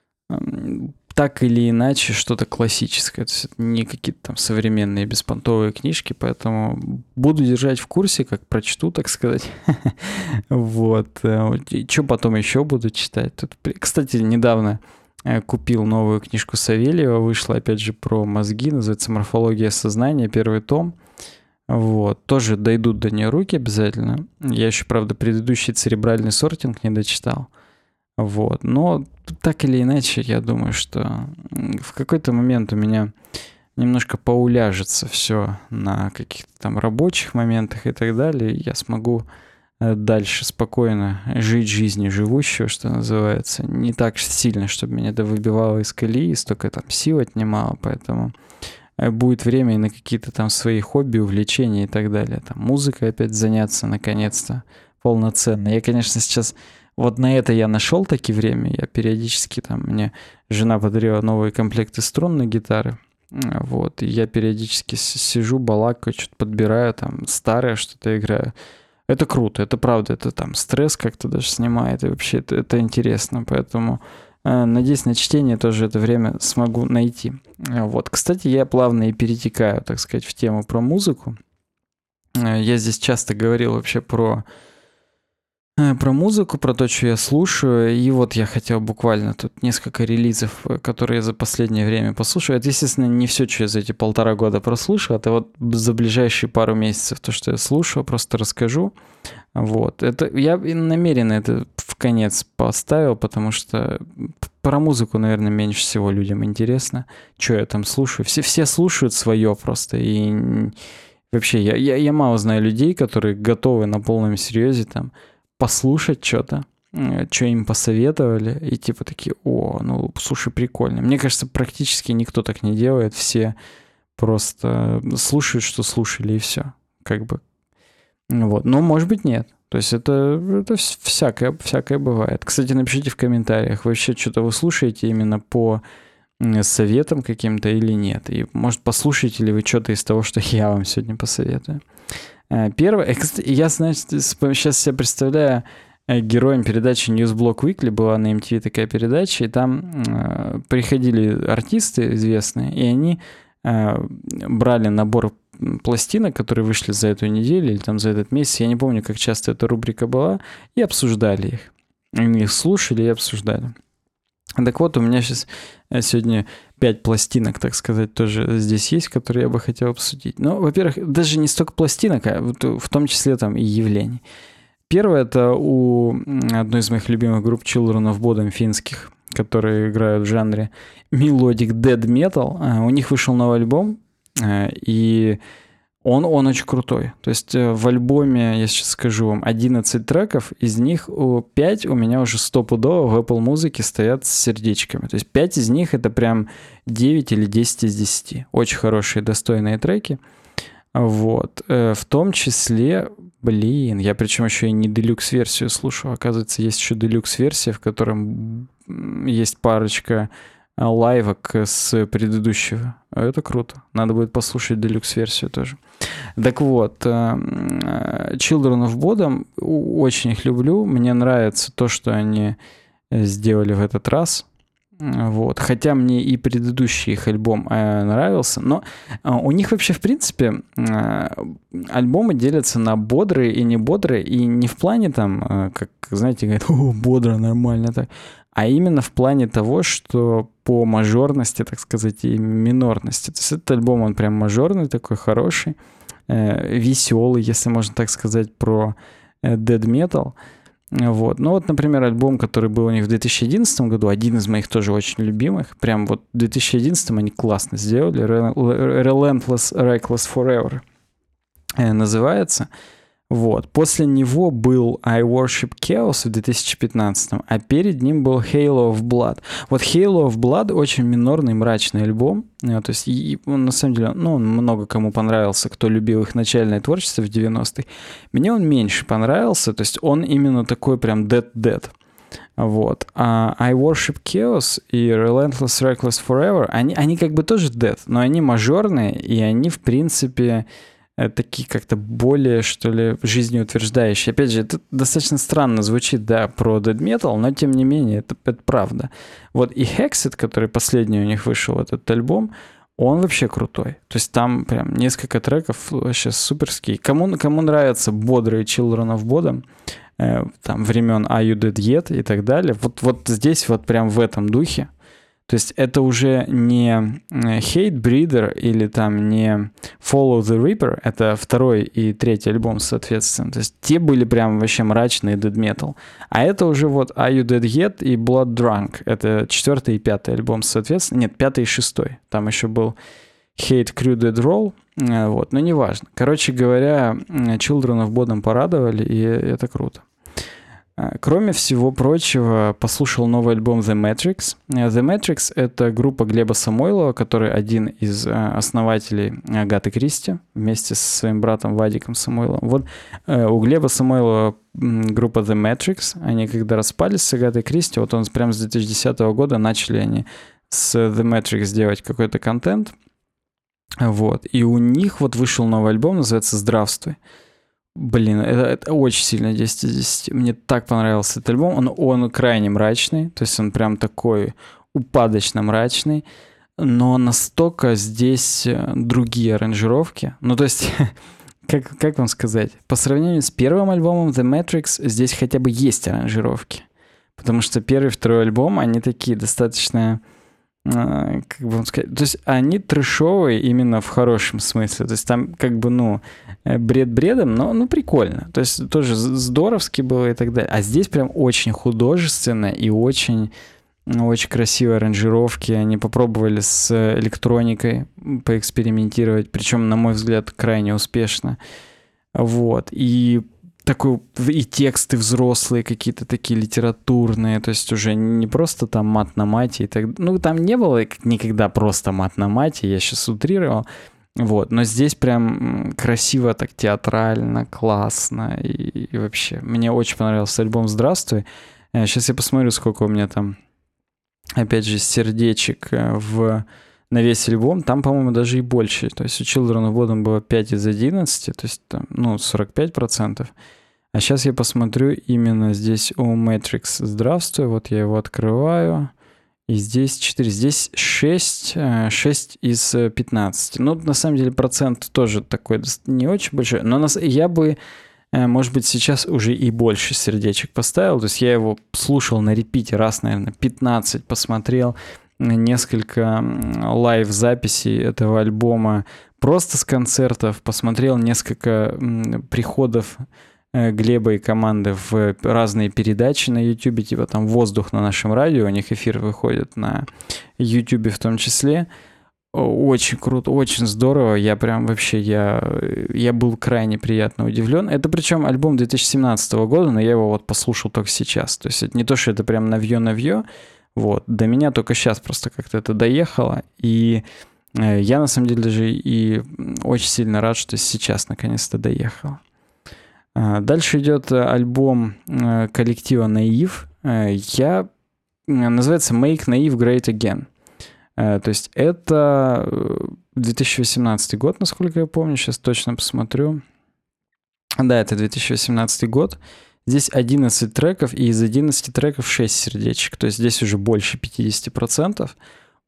так или иначе что-то классическое, то есть это не какие-то там современные беспонтовые книжки, поэтому буду держать в курсе, как прочту, так сказать. Вот. Что потом еще буду читать? Кстати, недавно купил новую книжку Савельева, вышла опять же про мозги, называется «Морфология сознания», первый том. Вот, тоже дойдут до нее руки обязательно. Я еще, правда, предыдущий церебральный сортинг не дочитал. Вот, но так или иначе, я думаю, что в какой-то момент у меня немножко поуляжется все на каких-то там рабочих моментах и так далее. И я смогу дальше спокойно жить жизнью живущего, что называется. Не так сильно, чтобы меня это выбивало из колеи, столько там сил отнимало, поэтому будет время и на какие-то там свои хобби, увлечения и так далее. Там музыкой опять заняться наконец-то полноценно. Я, конечно, сейчас вот на это я нашел таки время. Я периодически там, мне жена подарила новые комплекты струнной гитары. Вот, и я периодически сижу, балакаю, что-то подбираю, там старое что-то играю. Это круто, это правда, это там стресс как-то даже снимает, и вообще это, это интересно, поэтому э, надеюсь, на чтение тоже это время смогу найти. Вот, кстати, я плавно и перетекаю, так сказать, в тему про музыку. Я здесь часто говорил вообще про, э, про музыку, про то, что я слушаю, и вот я хотел буквально тут несколько релизов, которые я за последнее время послушаю. Это, естественно, не все, что я за эти полтора года прослушал, это вот за ближайшие пару месяцев то, что я слушаю, просто расскажу. Вот, это я намеренно это в конец поставил, потому что про музыку, наверное, меньше всего людям интересно, что я там слушаю. Все, все слушают свое просто, и вообще я, я, я мало знаю людей, которые готовы на полном серьезе там послушать что-то, что им посоветовали, и типа такие: о, ну, слушай, прикольно. Мне кажется, практически никто так не делает, все просто слушают, что слушали, и все, как бы. Вот, но может быть нет. То есть это, это всякое, всякое бывает. Кстати, напишите в комментариях, вообще что-то вы слушаете именно по советам каким-то или нет. И может послушаете ли вы что-то из того, что я вам сегодня посоветую. Первое, я, значит, сейчас себе представляю героем передачи Newsblock Weekly, была на эм ти ви такая передача, и там э, приходили артисты известные, и они э, брали набор пластинок, которые вышли за эту неделю или там за этот месяц, я не помню, как часто эта рубрика была, и обсуждали их. Они их слушали и обсуждали. Так вот, у меня сейчас сегодня пять пластинок, так сказать, тоже здесь есть, которые я бы хотел обсудить. Ну, во-первых, даже не столько пластинок, а в том числе там и явлений. Первое — это у одной из моих любимых групп Children of Bodom финских, которые играют в жанре melodic death metal. У них вышел новый альбом, и он, он очень крутой. То есть в альбоме, я сейчас скажу вам, одиннадцать треков, из них пять у меня уже стопудово в Apple Music стоят с сердечками. То есть пять из них — это прям девять или десять из десяти. Очень хорошие, достойные треки. Вот. В том числе, блин, я причем еще и не делюкс-версию слушаю. Оказывается, есть еще делюкс-версия, в котором есть парочка лайвок с предыдущего. Это круто. Надо будет послушать делюкс-версию тоже. Так вот, Children of Bodom, очень их люблю. Мне нравится то, что они сделали в этот раз. Вот. Хотя мне и предыдущий их альбом э, нравился, но э, у них вообще, в принципе, э, альбомы делятся на бодрые и не бодрые, и не в плане там, э, как, знаете, говорят, о, бодро, нормально так, а именно в плане того, что по мажорности, так сказать, и минорности. То есть этот альбом, он прям мажорный такой, хороший, э, веселый, если можно так сказать, про э, death metal. Вот. Ну вот, например, альбом, который был у них в две тысячи одиннадцатом году, один из моих тоже очень любимых. Прям вот в две тысячи одиннадцатом они классно сделали. Relentless Reckless Forever называется. Вот. После него был I Worship Chaos в две тысячи пятнадцатом, а перед ним был Halo of Blood. Вот Halo of Blood очень минорный, мрачный альбом. То есть, и, он, на самом деле, ну, он много кому понравился, кто любил их начальное творчество в девяностых. Мне он меньше понравился, то есть он именно такой прям dead-dead. Вот. А I Worship Chaos и Relentless Reckless Forever, они, они как бы тоже dead, но они мажорные, и они, в принципе, такие как-то более, что ли, жизнеутверждающие. Опять же, это достаточно странно звучит, да, про death metal, но тем не менее, это, это правда. Вот и Hexed, который последний у них вышел, этот альбом, он вообще крутой. То есть там прям несколько треков вообще суперские. Кому, кому нравятся бодрые Children of Bodom, э, там, времен Are You Dead Yet и так далее, вот, вот здесь вот прям в этом духе. То есть это уже не Hatebreeder или там не Follow the Reaper, это второй и третий альбом, соответственно. То есть те были прям вообще мрачные death metal. А это уже вот Are You Dead Yet и Blood Drunk. Это четвертый и пятый альбом, соответственно. Нет, пятый и шестой. Там еще был Hate Crew Dead Roll. Вот, но неважно. Короче говоря, Children of Bodom порадовали, и это круто. Кроме всего прочего, послушал новый альбом The Matrix. The Matrix — это группа Глеба Самойлова, который один из основателей Агаты Кристи, вместе со своим братом Вадиком Самойловым. Вот у Глеба Самойлова группа The Matrix, они когда распались с Агатой Кристи, вот он прямо с две тысячи десятого года начали они с The Matrix делать какой-то контент. Вот. И у них вот вышел новый альбом, называется «Здравствуй». Блин, это, это очень сильно десять из десяти. Мне так понравился этот альбом. Он, он крайне мрачный, то есть он прям такой упадочно мрачный, но настолько здесь другие аранжировки. Ну, то есть, как, как вам сказать, по сравнению с первым альбомом The Matrix здесь хотя бы есть аранжировки. Потому что первый и второй альбом, они такие достаточно... как бы вам сказать, то есть они трэшовые именно в хорошем смысле, то есть там как бы, ну, бред бредом, но, ну, прикольно, то есть тоже здоровски было и так далее, а здесь прям очень художественно и очень, очень красивые аранжировки, они попробовали с электроникой поэкспериментировать, причем, на мой взгляд, крайне успешно, вот, и такой, и тексты взрослые какие-то такие литературные, то есть уже не просто там мат на мате и так, ну там не было никогда просто мат на мате, я сейчас утрировал, вот, но здесь прям красиво, так театрально, классно и, и вообще, мне очень понравился альбом «Здравствуй». Сейчас я посмотрю, сколько у меня там, опять же, сердечек в... на весь альбом, там, по-моему, даже и больше. То есть у Children of Bodom было пять из одиннадцати, то есть там, ну, сорок пять процентов. А сейчас я посмотрю именно здесь у Matrix. Здравствуй, вот я его открываю. И здесь четыре, здесь шесть, шесть из пятнадцати. Ну, на самом деле, процент тоже такой не очень большой. Но нас, я бы, может быть, сейчас уже и больше сердечек поставил. То есть я его слушал на репите раз, наверное, пятнадцать, посмотрел несколько лайв-записей этого альбома просто с концертов, посмотрел несколько приходов Глеба и команды в разные передачи на YouTube, типа там «Воздух» на нашем радио, у них эфир выходит на YouTube в том числе. Очень круто, очень здорово, я прям вообще, я, я был крайне приятно удивлен. Это причем альбом две тысячи семнадцатого года, но я его вот послушал только сейчас. То есть это не то, что это прям навье-навье, вот, до меня только сейчас просто как-то это доехало, и я на самом деле даже и очень сильно рад, что сейчас наконец-то доехало. Дальше идет альбом коллектива Наив. Я... Называется Make Naive Great Again. То есть это две тысячи восемнадцатый год, насколько я помню. Сейчас точно посмотрю. Да, это две тысячи восемнадцатый год. Здесь одиннадцать треков, и из одиннадцати треков шесть сердечек. То есть здесь уже больше пятьдесят процентов.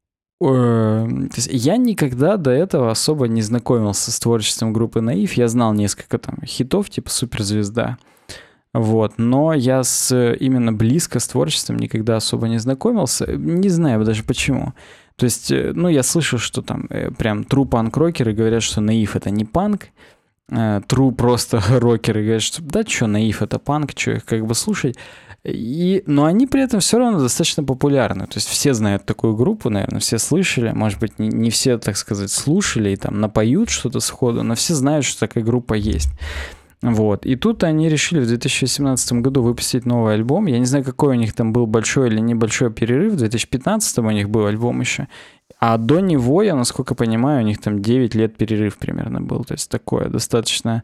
То есть я никогда до этого особо не знакомился с творчеством группы Наив. Я знал несколько там хитов, типа «Суперзвезда». Вот. Но я с, именно близко с творчеством никогда особо не знакомился. Не знаю даже почему. То есть, ну, я слышал, что там прям true панк-рокеры говорят, что Наив — это не панк. True просто рокеры говорят, что да, что Наив — это панк, что их как бы слушать. И, но они при этом все равно достаточно популярны. То есть все знают такую группу, наверное, все слышали. Может быть, не, не все, так сказать, слушали и там напоют что-то сходу, но все знают, что такая группа есть. Вот. И тут они решили в две тысячи восемнадцатом году выпустить новый альбом. Я не знаю, какой у них там был большой или небольшой перерыв. В две тысячи пятнадцатом у них был альбом еще. А до него, я, насколько понимаю, у них там девять лет перерыв примерно был. То есть такое достаточно...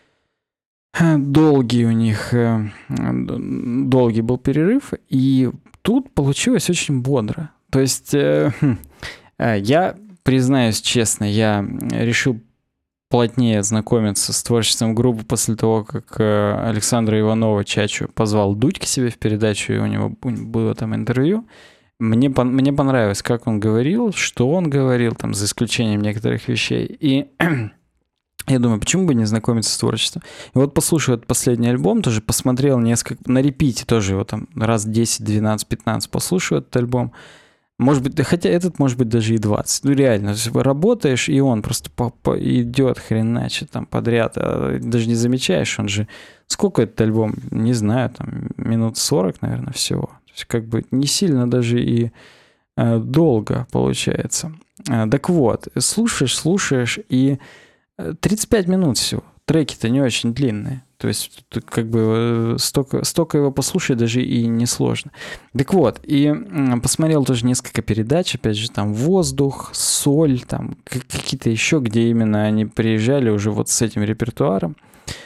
Долгий у них, долгий был перерыв, и тут получилось очень бодро. То есть я, признаюсь честно, я решил плотнее знакомиться с творчеством группы после того, как Александра Иванова Чачу позвал Дудь к себе в передачу, и у него было там интервью. Мне, мне понравилось, как он говорил, что он говорил, там, за исключением некоторых вещей. И... Я думаю, почему бы не знакомиться с творчеством? И вот послушал этот последний альбом, тоже посмотрел несколько... На репите тоже его там раз десять, двенадцать, пятнадцать послушал этот альбом. Может быть, хотя этот может быть даже и двадцать. Ну реально, то есть работаешь, и он просто по, по, идет хреначе там подряд. А даже не замечаешь, он же... Сколько этот альбом? Не знаю, там минут сорок, наверное, всего. То есть как бы не сильно даже и э, долго получается. Э, так вот, слушаешь, слушаешь, и... тридцать пять минут всего. Треки-то не очень длинные. То есть тут как бы столько, столько его послушать даже и не сложно. Так вот, и посмотрел тоже несколько передач, опять же, там «Воздух», «Соль», там какие-то еще, где именно они приезжали уже вот с этим репертуаром.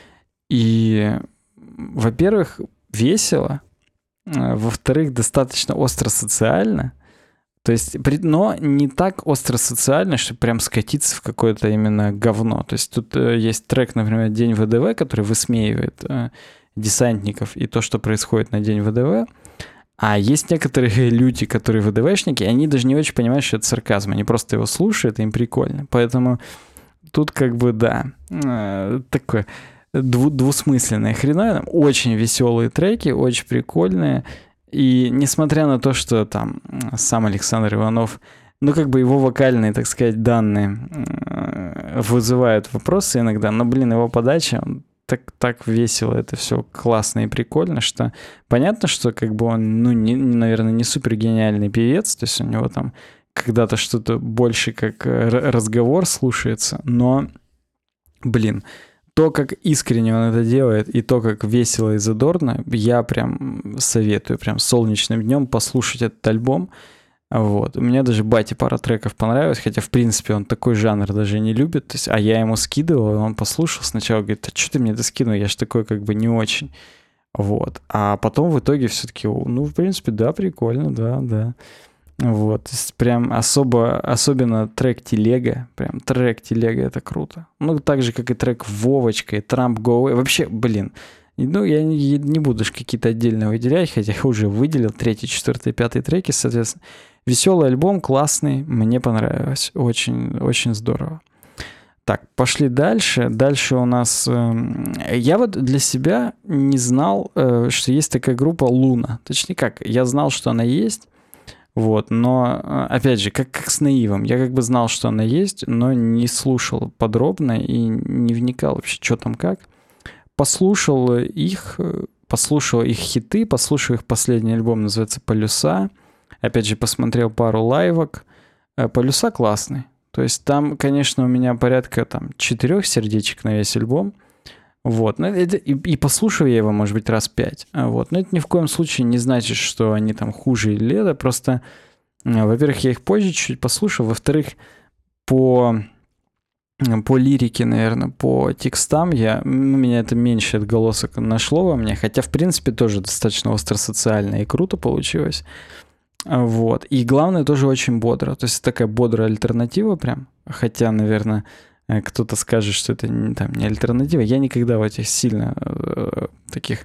И, во-первых, весело, во-вторых, достаточно остро-социально. То есть, но не так остро-социально, чтобы прям скатиться в какое-то именно говно. То есть тут есть трек, например, «День ВДВ», который высмеивает э, десантников и то, что происходит на День ВДВ. А есть некоторые люди, которые ВДВшники, и они даже не очень понимают, что это сарказм. Они просто его слушают, и им прикольно. Поэтому тут как бы, да, э, такое дву- двусмысленное хреновое. Очень веселые треки, очень прикольные. И несмотря на то, что там сам Александр Иванов, ну, как бы его вокальные, так сказать, данные вызывают вопросы иногда, но, блин, его подача, он так, так весело, это все классно и прикольно, что понятно, что как бы он, ну, не, наверное, не супер гениальный певец, то есть у него там когда-то что-то больше как разговор слушается, но, блин, то, как искренне он это делает, и то, как весело и задорно, я прям советую, прям солнечным днем послушать этот альбом. Вот. У меня даже бате пара треков понравилось, хотя, в принципе, он такой жанр даже не любит. То есть, а я ему скидывал, и он послушал сначала, говорит, а что ты мне это скинул, я же такой как бы не очень. Вот. А потом в итоге все-таки, ну, в принципе, да, прикольно, да, да. Вот, то есть прям особо, особенно трек «Телега», прям трек «Телега» — это круто. Ну, так же, как и трек «Вовочка» и «Трамп Go Away». Вообще, блин, И, ну, я не, не буду ж какие-то отдельно выделять, хотя я уже выделил третий, четвертый, пятый треки, соответственно. Веселый альбом, классный, мне понравилось, очень, очень здорово. Так, пошли дальше. Дальше у нас... Э, я вот для себя не знал, э, что есть такая группа Луна. Точнее как, я знал, что она есть, вот, но, опять же, как, как с Наивом. Я как бы знал, что она есть, но не слушал подробно и не вникал вообще, что там как. Послушал их, послушал их хиты, послушал их последний альбом, называется «Полюса». Опять же, посмотрел пару лайвок. «Полюса» классный. То есть там, конечно, у меня порядка там четырех сердечек на весь альбом. Вот. Но это, и, и послушаю я его, может быть, раз пять. Вот. Но это ни в коем случае не значит, что они там хуже или это. Просто, во-первых, я их позже чуть-чуть послушал. Во-вторых, по, по лирике, наверное, по текстам я, ну, меня это меньше отголосок нашло во мне. Хотя, в принципе, тоже достаточно остросоциально и круто получилось. Вот. И главное, тоже очень бодро. То есть такая бодрая альтернатива прям. Хотя, наверное, кто-то скажет, что это не, там, не альтернатива. Я никогда в этих сильно э, таких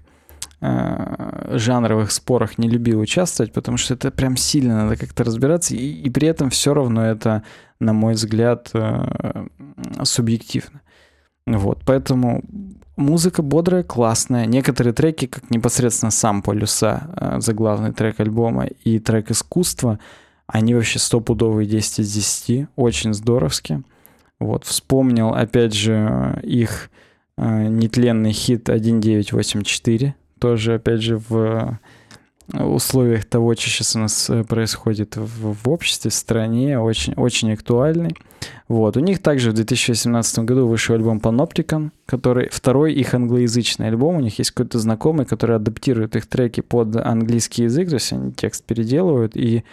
э, жанровых спорах не любил участвовать, потому что это прям сильно надо как-то разбираться. И, и при этом все равно это, на мой взгляд, э, субъективно. Вот. Поэтому музыка бодрая, классная. Некоторые треки, как непосредственно сам «Полюса», заглавный трек альбома, и трек «Искусство», они вообще стопудовые десять из десяти. Очень здоровски. Вот. Вспомнил, опять же, их нетленный хит один девять восемь четыре. Тоже, опять же, в условиях того, что сейчас у нас происходит в, в обществе, в стране, очень, очень актуальный. Вот. У них также в две тысячи восемнадцатом году вышел альбом Panopticon, который второй их англоязычный альбом. У них есть какой-то знакомый, который адаптирует их треки под английский язык, то есть они текст переделывают и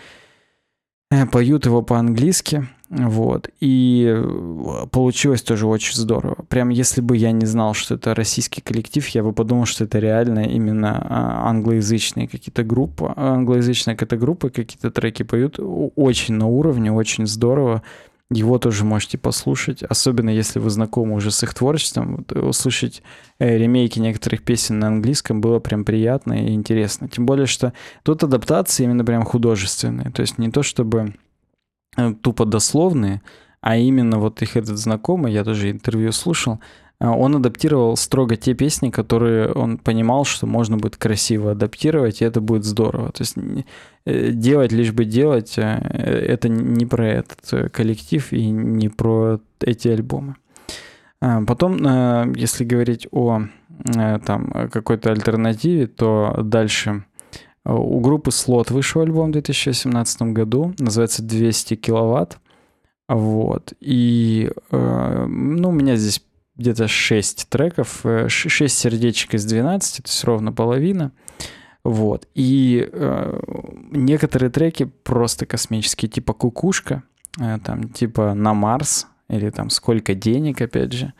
поют его по-английски. Вот. И получилось тоже очень здорово. Прям если бы я не знал, что это российский коллектив, я бы подумал, что это реально именно англоязычные какие-то группы. Англоязычные какие-то группы, какие-то треки поют очень на уровне, очень здорово. Его тоже можете послушать, особенно если вы знакомы уже с их творчеством. Услышать ремейки некоторых песен на английском было прям приятно и интересно. Тем более, что тут адаптации именно прям художественные. То есть не то чтобы тупо дословные, а именно вот их этот знакомый, я тоже интервью слушал, он адаптировал строго те песни, которые он понимал, что можно будет красиво адаптировать, и это будет здорово. То есть делать лишь бы делать, это не про этот коллектив и не про эти альбомы. Потом, если говорить о там, какой-то альтернативе, то дальше у группы Slot вышел альбом в две тысячи восемнадцатом году, называется двести киловатт. Вот. И ну, у меня здесь где-то шесть треков, шесть сердечек из двенадцати, то есть ровно половина. Вот. И э, некоторые треки просто космические, типа «Кукушка», э, там типа «На Марс» или там «Сколько денег», опять же.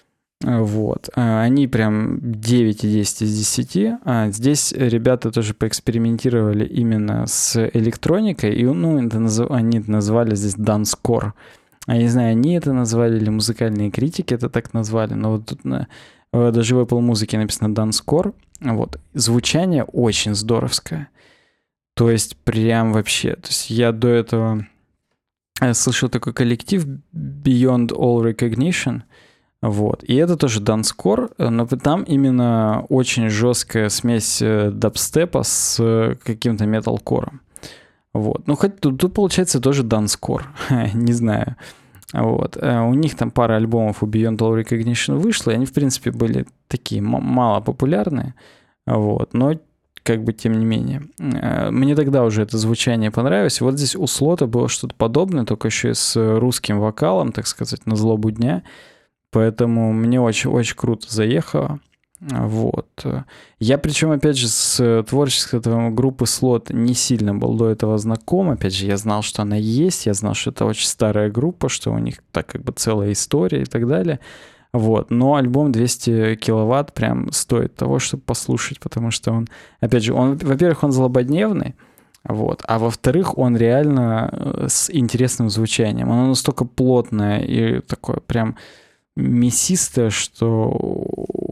Вот. Они прям девять и десять из десяти. А здесь ребята тоже поэкспериментировали именно с электроникой, и ну, это назв... они это назвали здесь «Данскор». Я не знаю, они это назвали или музыкальные критики это так назвали, но вот тут на, даже в Apple Music написано «Данскор». Вот. Звучание очень здоровское. То есть прям вообще. То есть я до этого слышал такой коллектив Beyond All Recognition. Вот. И это тоже данскор, но там именно очень жесткая смесь дабстепа с каким-то металкором. Вот. Ну, хоть тут, тут получается тоже данскор. Не знаю. Вот. У них там пара альбомов у Beyond All Recognition вышло, и они, в принципе, были такие м- мало популярные. Вот. Но, как бы, тем не менее. Мне тогда уже это звучание понравилось. Вот здесь у Слота было что-то подобное, только еще и с русским вокалом, так сказать, на злобу дня. Поэтому мне очень-очень круто заехало. Вот. Я, причем, опять же, с творческой группы Slot не сильно был до этого знаком. Опять же, я знал, что она есть, я знал, что это очень старая группа, что у них так как бы целая история и так далее. Вот. Но альбом двести киловатт прям стоит того, чтобы послушать, потому что он, опять же, он, во-первых, он злободневный, вот, а во-вторых, он реально с интересным звучанием. Оно настолько плотное и такое прям мясистое, что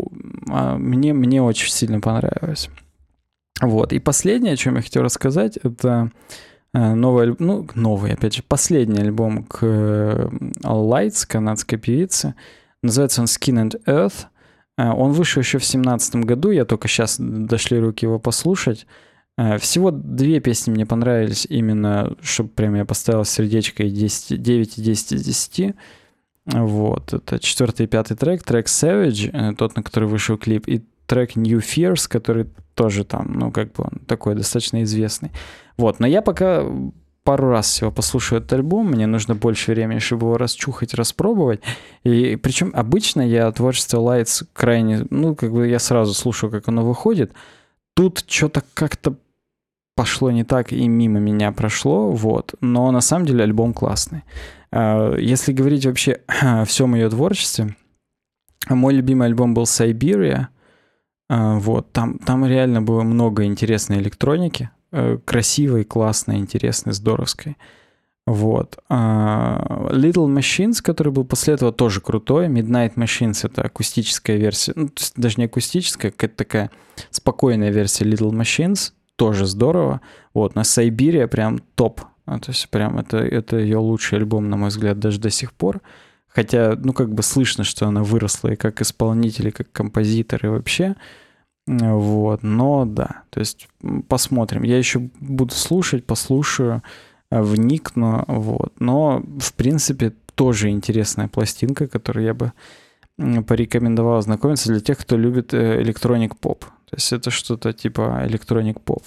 мне, мне очень сильно понравилось. Вот. И последнее, о чем я хотел рассказать, это новый, ну, новый, опять же, последний альбом к All Lights, канадской певицы. Называется он Skin and Earth. Он вышел еще в семнадцатом году, я только сейчас дошли руки его послушать. Всего две песни мне понравились именно, чтобы прям я поставил сердечко и десять, девять и десять из десяти. Вот, это четвертый и пятый трек, трек Savage, тот, на который вышел клип, и трек New Fears, который тоже там, ну, как бы он такой достаточно известный. Вот, но я пока пару раз всего послушаю этот альбом, мне нужно больше времени, чтобы его расчухать, распробовать. И причем обычно я творчество Lights крайне, ну, как бы я сразу слушаю, как оно выходит. Тут что-то как-то пошло не так и мимо меня прошло, вот. Но на самом деле альбом классный. Если говорить вообще о всем ее творчестве, мой любимый альбом был Siberia. Вот, там, там реально было много интересной электроники, красивой, классной, интересной, здоровской. Вот. Little Machines, который был после этого, тоже крутой. Midnight Machines — это акустическая версия, ну, то есть даже не акустическая, какая-то такая спокойная версия Little Machines, тоже здорово. Вот, на Siberia прям топ. То есть прям это, это ее лучший альбом, на мой взгляд, даже до сих пор. Хотя, ну, как бы слышно, что она выросла и как исполнитель, и как композитор, и вообще. Вот, но да, то есть посмотрим. Я еще буду слушать, послушаю, вникну, вот. Но, в принципе, тоже интересная пластинка, которую я бы порекомендовал ознакомиться для тех, кто любит электроник поп. То есть это что-то типа электроник поп.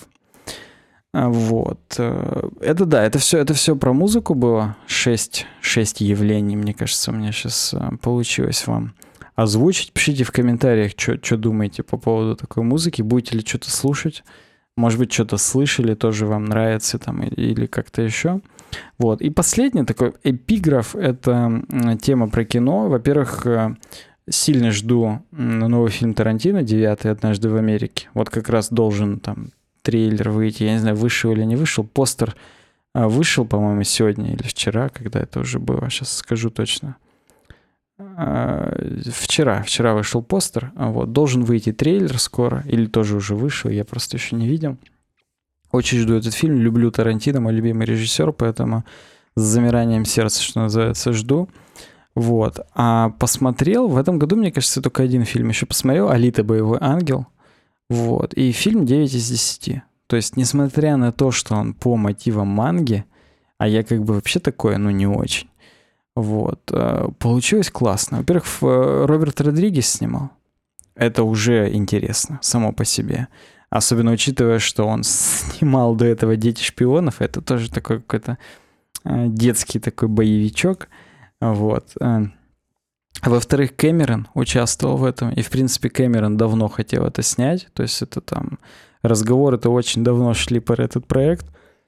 Вот. Это да, это все, это все про музыку было. Шесть, шесть явлений, мне кажется, у меня сейчас получилось вам озвучить. Пишите в комментариях, что думаете по поводу такой музыки. Будете ли что-то слушать? Может быть, что-то слышали, тоже вам нравится там или, или как-то еще. Вот. И последний такой эпиграф — это тема про кино. Во-первых, сильно жду новый фильм Тарантино, девятый «Однажды в Америке». Вот как раз должен там трейлер выйти. Я не знаю, вышел или не вышел. Постер вышел, по-моему, сегодня или вчера, когда это уже было. Сейчас скажу точно. Вчера, вчера вышел постер. Вот. Должен выйти трейлер скоро. Или тоже уже вышел, я просто еще не видел. Очень жду этот фильм. Люблю Тарантино, мой любимый режиссер, поэтому с замиранием сердца, что называется, жду. Вот. А посмотрел, в этом году, мне кажется, только один фильм еще посмотрел. «Алита. Боевой ангел». Вот. И фильм девять из десяти. То есть, несмотря на то, что он по мотивам манги, а я как бы вообще такое, ну, не очень. Вот. Получилось классно. Во-первых, Роберт Родригес снимал. Это уже интересно само по себе. Особенно учитывая, что он снимал до этого «Дети шпионов». Это тоже такой какой-то детский такой боевичок. Вот. Во-вторых, Кэмерон участвовал в этом, и, в принципе, Кэмерон давно хотел это снять, то есть это там разговоры-то очень давно шли про этот проект.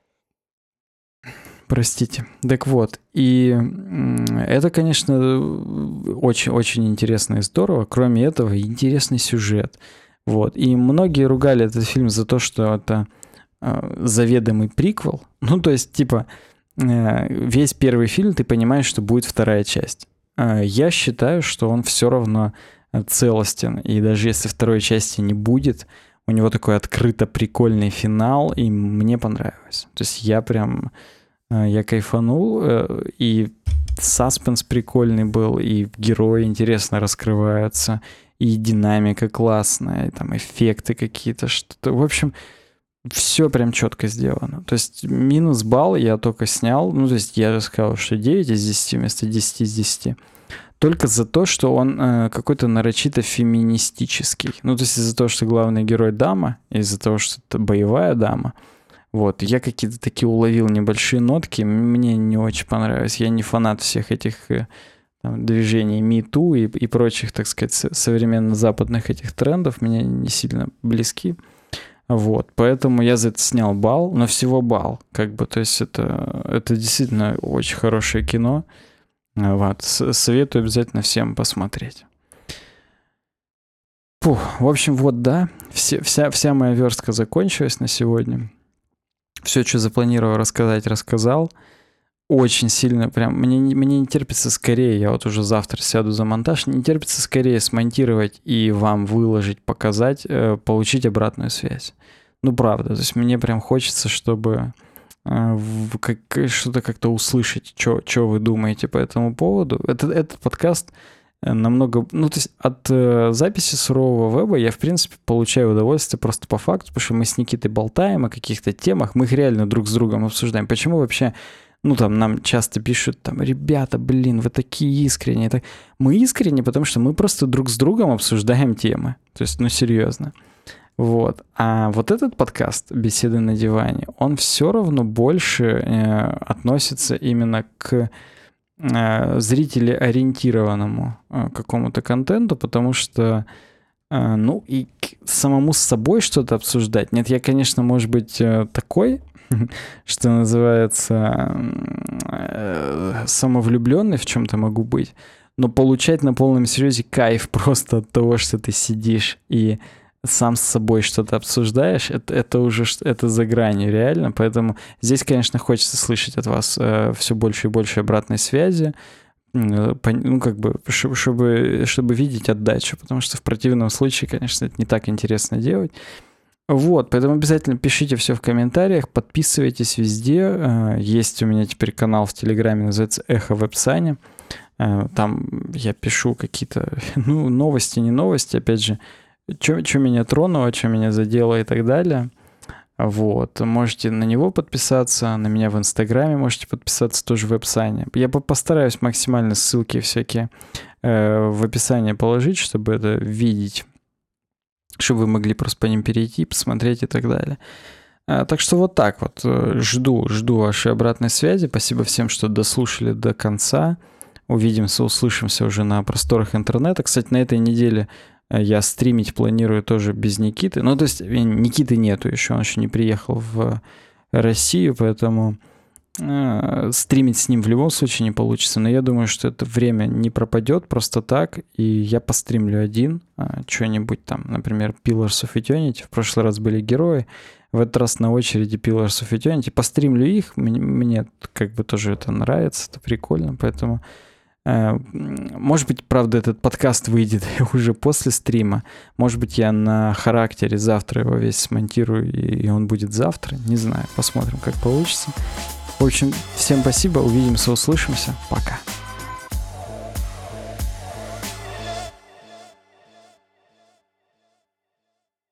Простите. Так вот, и это, конечно, очень-очень интересно и здорово. Кроме этого, интересный сюжет. Вот. И многие ругали этот фильм за то, что это э, заведомый приквел. Ну, то есть, типа, э, весь первый фильм ты понимаешь, что будет вторая часть. Я считаю, что он все равно целостен, и даже если второй части не будет, у него такой открыто прикольный финал, и мне понравилось. То есть я прям, я кайфанул, и саспенс прикольный был, и герои интересно раскрываются, и динамика классная, и там эффекты какие-то, что-то. В общем, все прям четко сделано. То есть минус балл я только снял. Ну, то есть я сказал, что девять из десяти вместо десяти из десяти. Только за то, что он э, какой-то нарочито феминистический. Ну, то есть из-за того, что главный герой дама, из-за того, что это боевая дама. Вот, я какие-то такие уловил небольшие нотки. Мне не очень понравилось. Я не фанат всех этих э, там, движений MeToo и, и прочих, так сказать, современно-западных этих трендов. Мне не сильно близки. Вот, поэтому я за это снял балл, но всего балл, как бы, то есть это, это действительно очень хорошее кино. Вот, советую обязательно всем посмотреть. Фух, в общем, вот да, все, вся, вся моя верстка закончилась на сегодня. Все, что запланировал рассказать, рассказал. очень сильно прям, мне, не- мне не терпится скорее, я вот уже завтра сяду за монтаж, не терпится скорее смонтировать и вам выложить, показать, э, получить обратную связь. Ну, правда, то есть мне прям хочется, чтобы э, в- как, что-то как-то услышать, что вы думаете по этому поводу. Этот, этот подкаст э, намного... Ну, то есть от э, записи сурового веба я, в принципе, получаю удовольствие просто по факту, потому что мы с Никитой болтаем о каких-то темах, мы их реально друг с другом обсуждаем. Почему вообще... Ну, там нам часто пишут, там, ребята, блин, вы такие искренние. Так... Мы искренне, потому что мы просто друг с другом обсуждаем темы. То есть, ну, серьезно. Вот. А вот этот подкаст «Беседы на диване», он все равно больше э, относится именно к э, зрителеориентированному э, какому-то контенту, потому что, э, ну, и к- самому с собой что-то обсуждать. Нет, я, конечно, может быть э, такой, что называется, э, самовлюбленный в чем-то могу быть, но получать на полном серьезе кайф просто от того, что ты сидишь и сам с собой что-то обсуждаешь, это, это уже ш- это за гранью реально, поэтому здесь, конечно, хочется слышать от вас э, все больше и больше обратной связи, м, э, пон- ну, как бы, ш- чтобы, чтобы видеть отдачу, потому что в противном случае, конечно, это не так интересно делать. Вот, поэтому обязательно пишите все в комментариях, подписывайтесь везде. Э, Есть у меня теперь канал в Телеграме, называется «Эхо Веб-Сани». Э, Там я пишу какие-то, ну, новости, не новости, опять же, что меня тронуло, что меня задело и так далее. Вот, можете на него подписаться, на меня в Инстаграме можете подписаться, тоже в Веб-Сани. Я по- постараюсь максимально ссылки всякие э, в описании положить, чтобы это видеть, чтобы вы могли просто по ним перейти, посмотреть и так далее. А, Так что вот так вот. э, Жду, жду вашей обратной связи. Спасибо всем, что дослушали до конца. Увидимся, услышимся уже на просторах интернета. Кстати, на этой неделе э, я стримить планирую тоже без Никиты. Ну, то есть э, Никиты нету еще, он еще не приехал в Россию, поэтому э, стримить с ним в любом случае не получится. Но я думаю, что это время не пропадет просто так, и я постримлю один, э, что-нибудь там, например, Pillars of Eternity. В прошлый раз были герои, в этот раз на очереди Pillars of Eternity. Постримлю их, мне, мне как бы тоже это нравится, это прикольно, поэтому... Э, Может быть, правда, этот подкаст выйдет уже после стрима. Может быть, я на характере завтра его весь смонтирую, и он будет завтра. Не знаю, посмотрим, как получится. В общем, всем спасибо, увидимся, услышимся. Пока.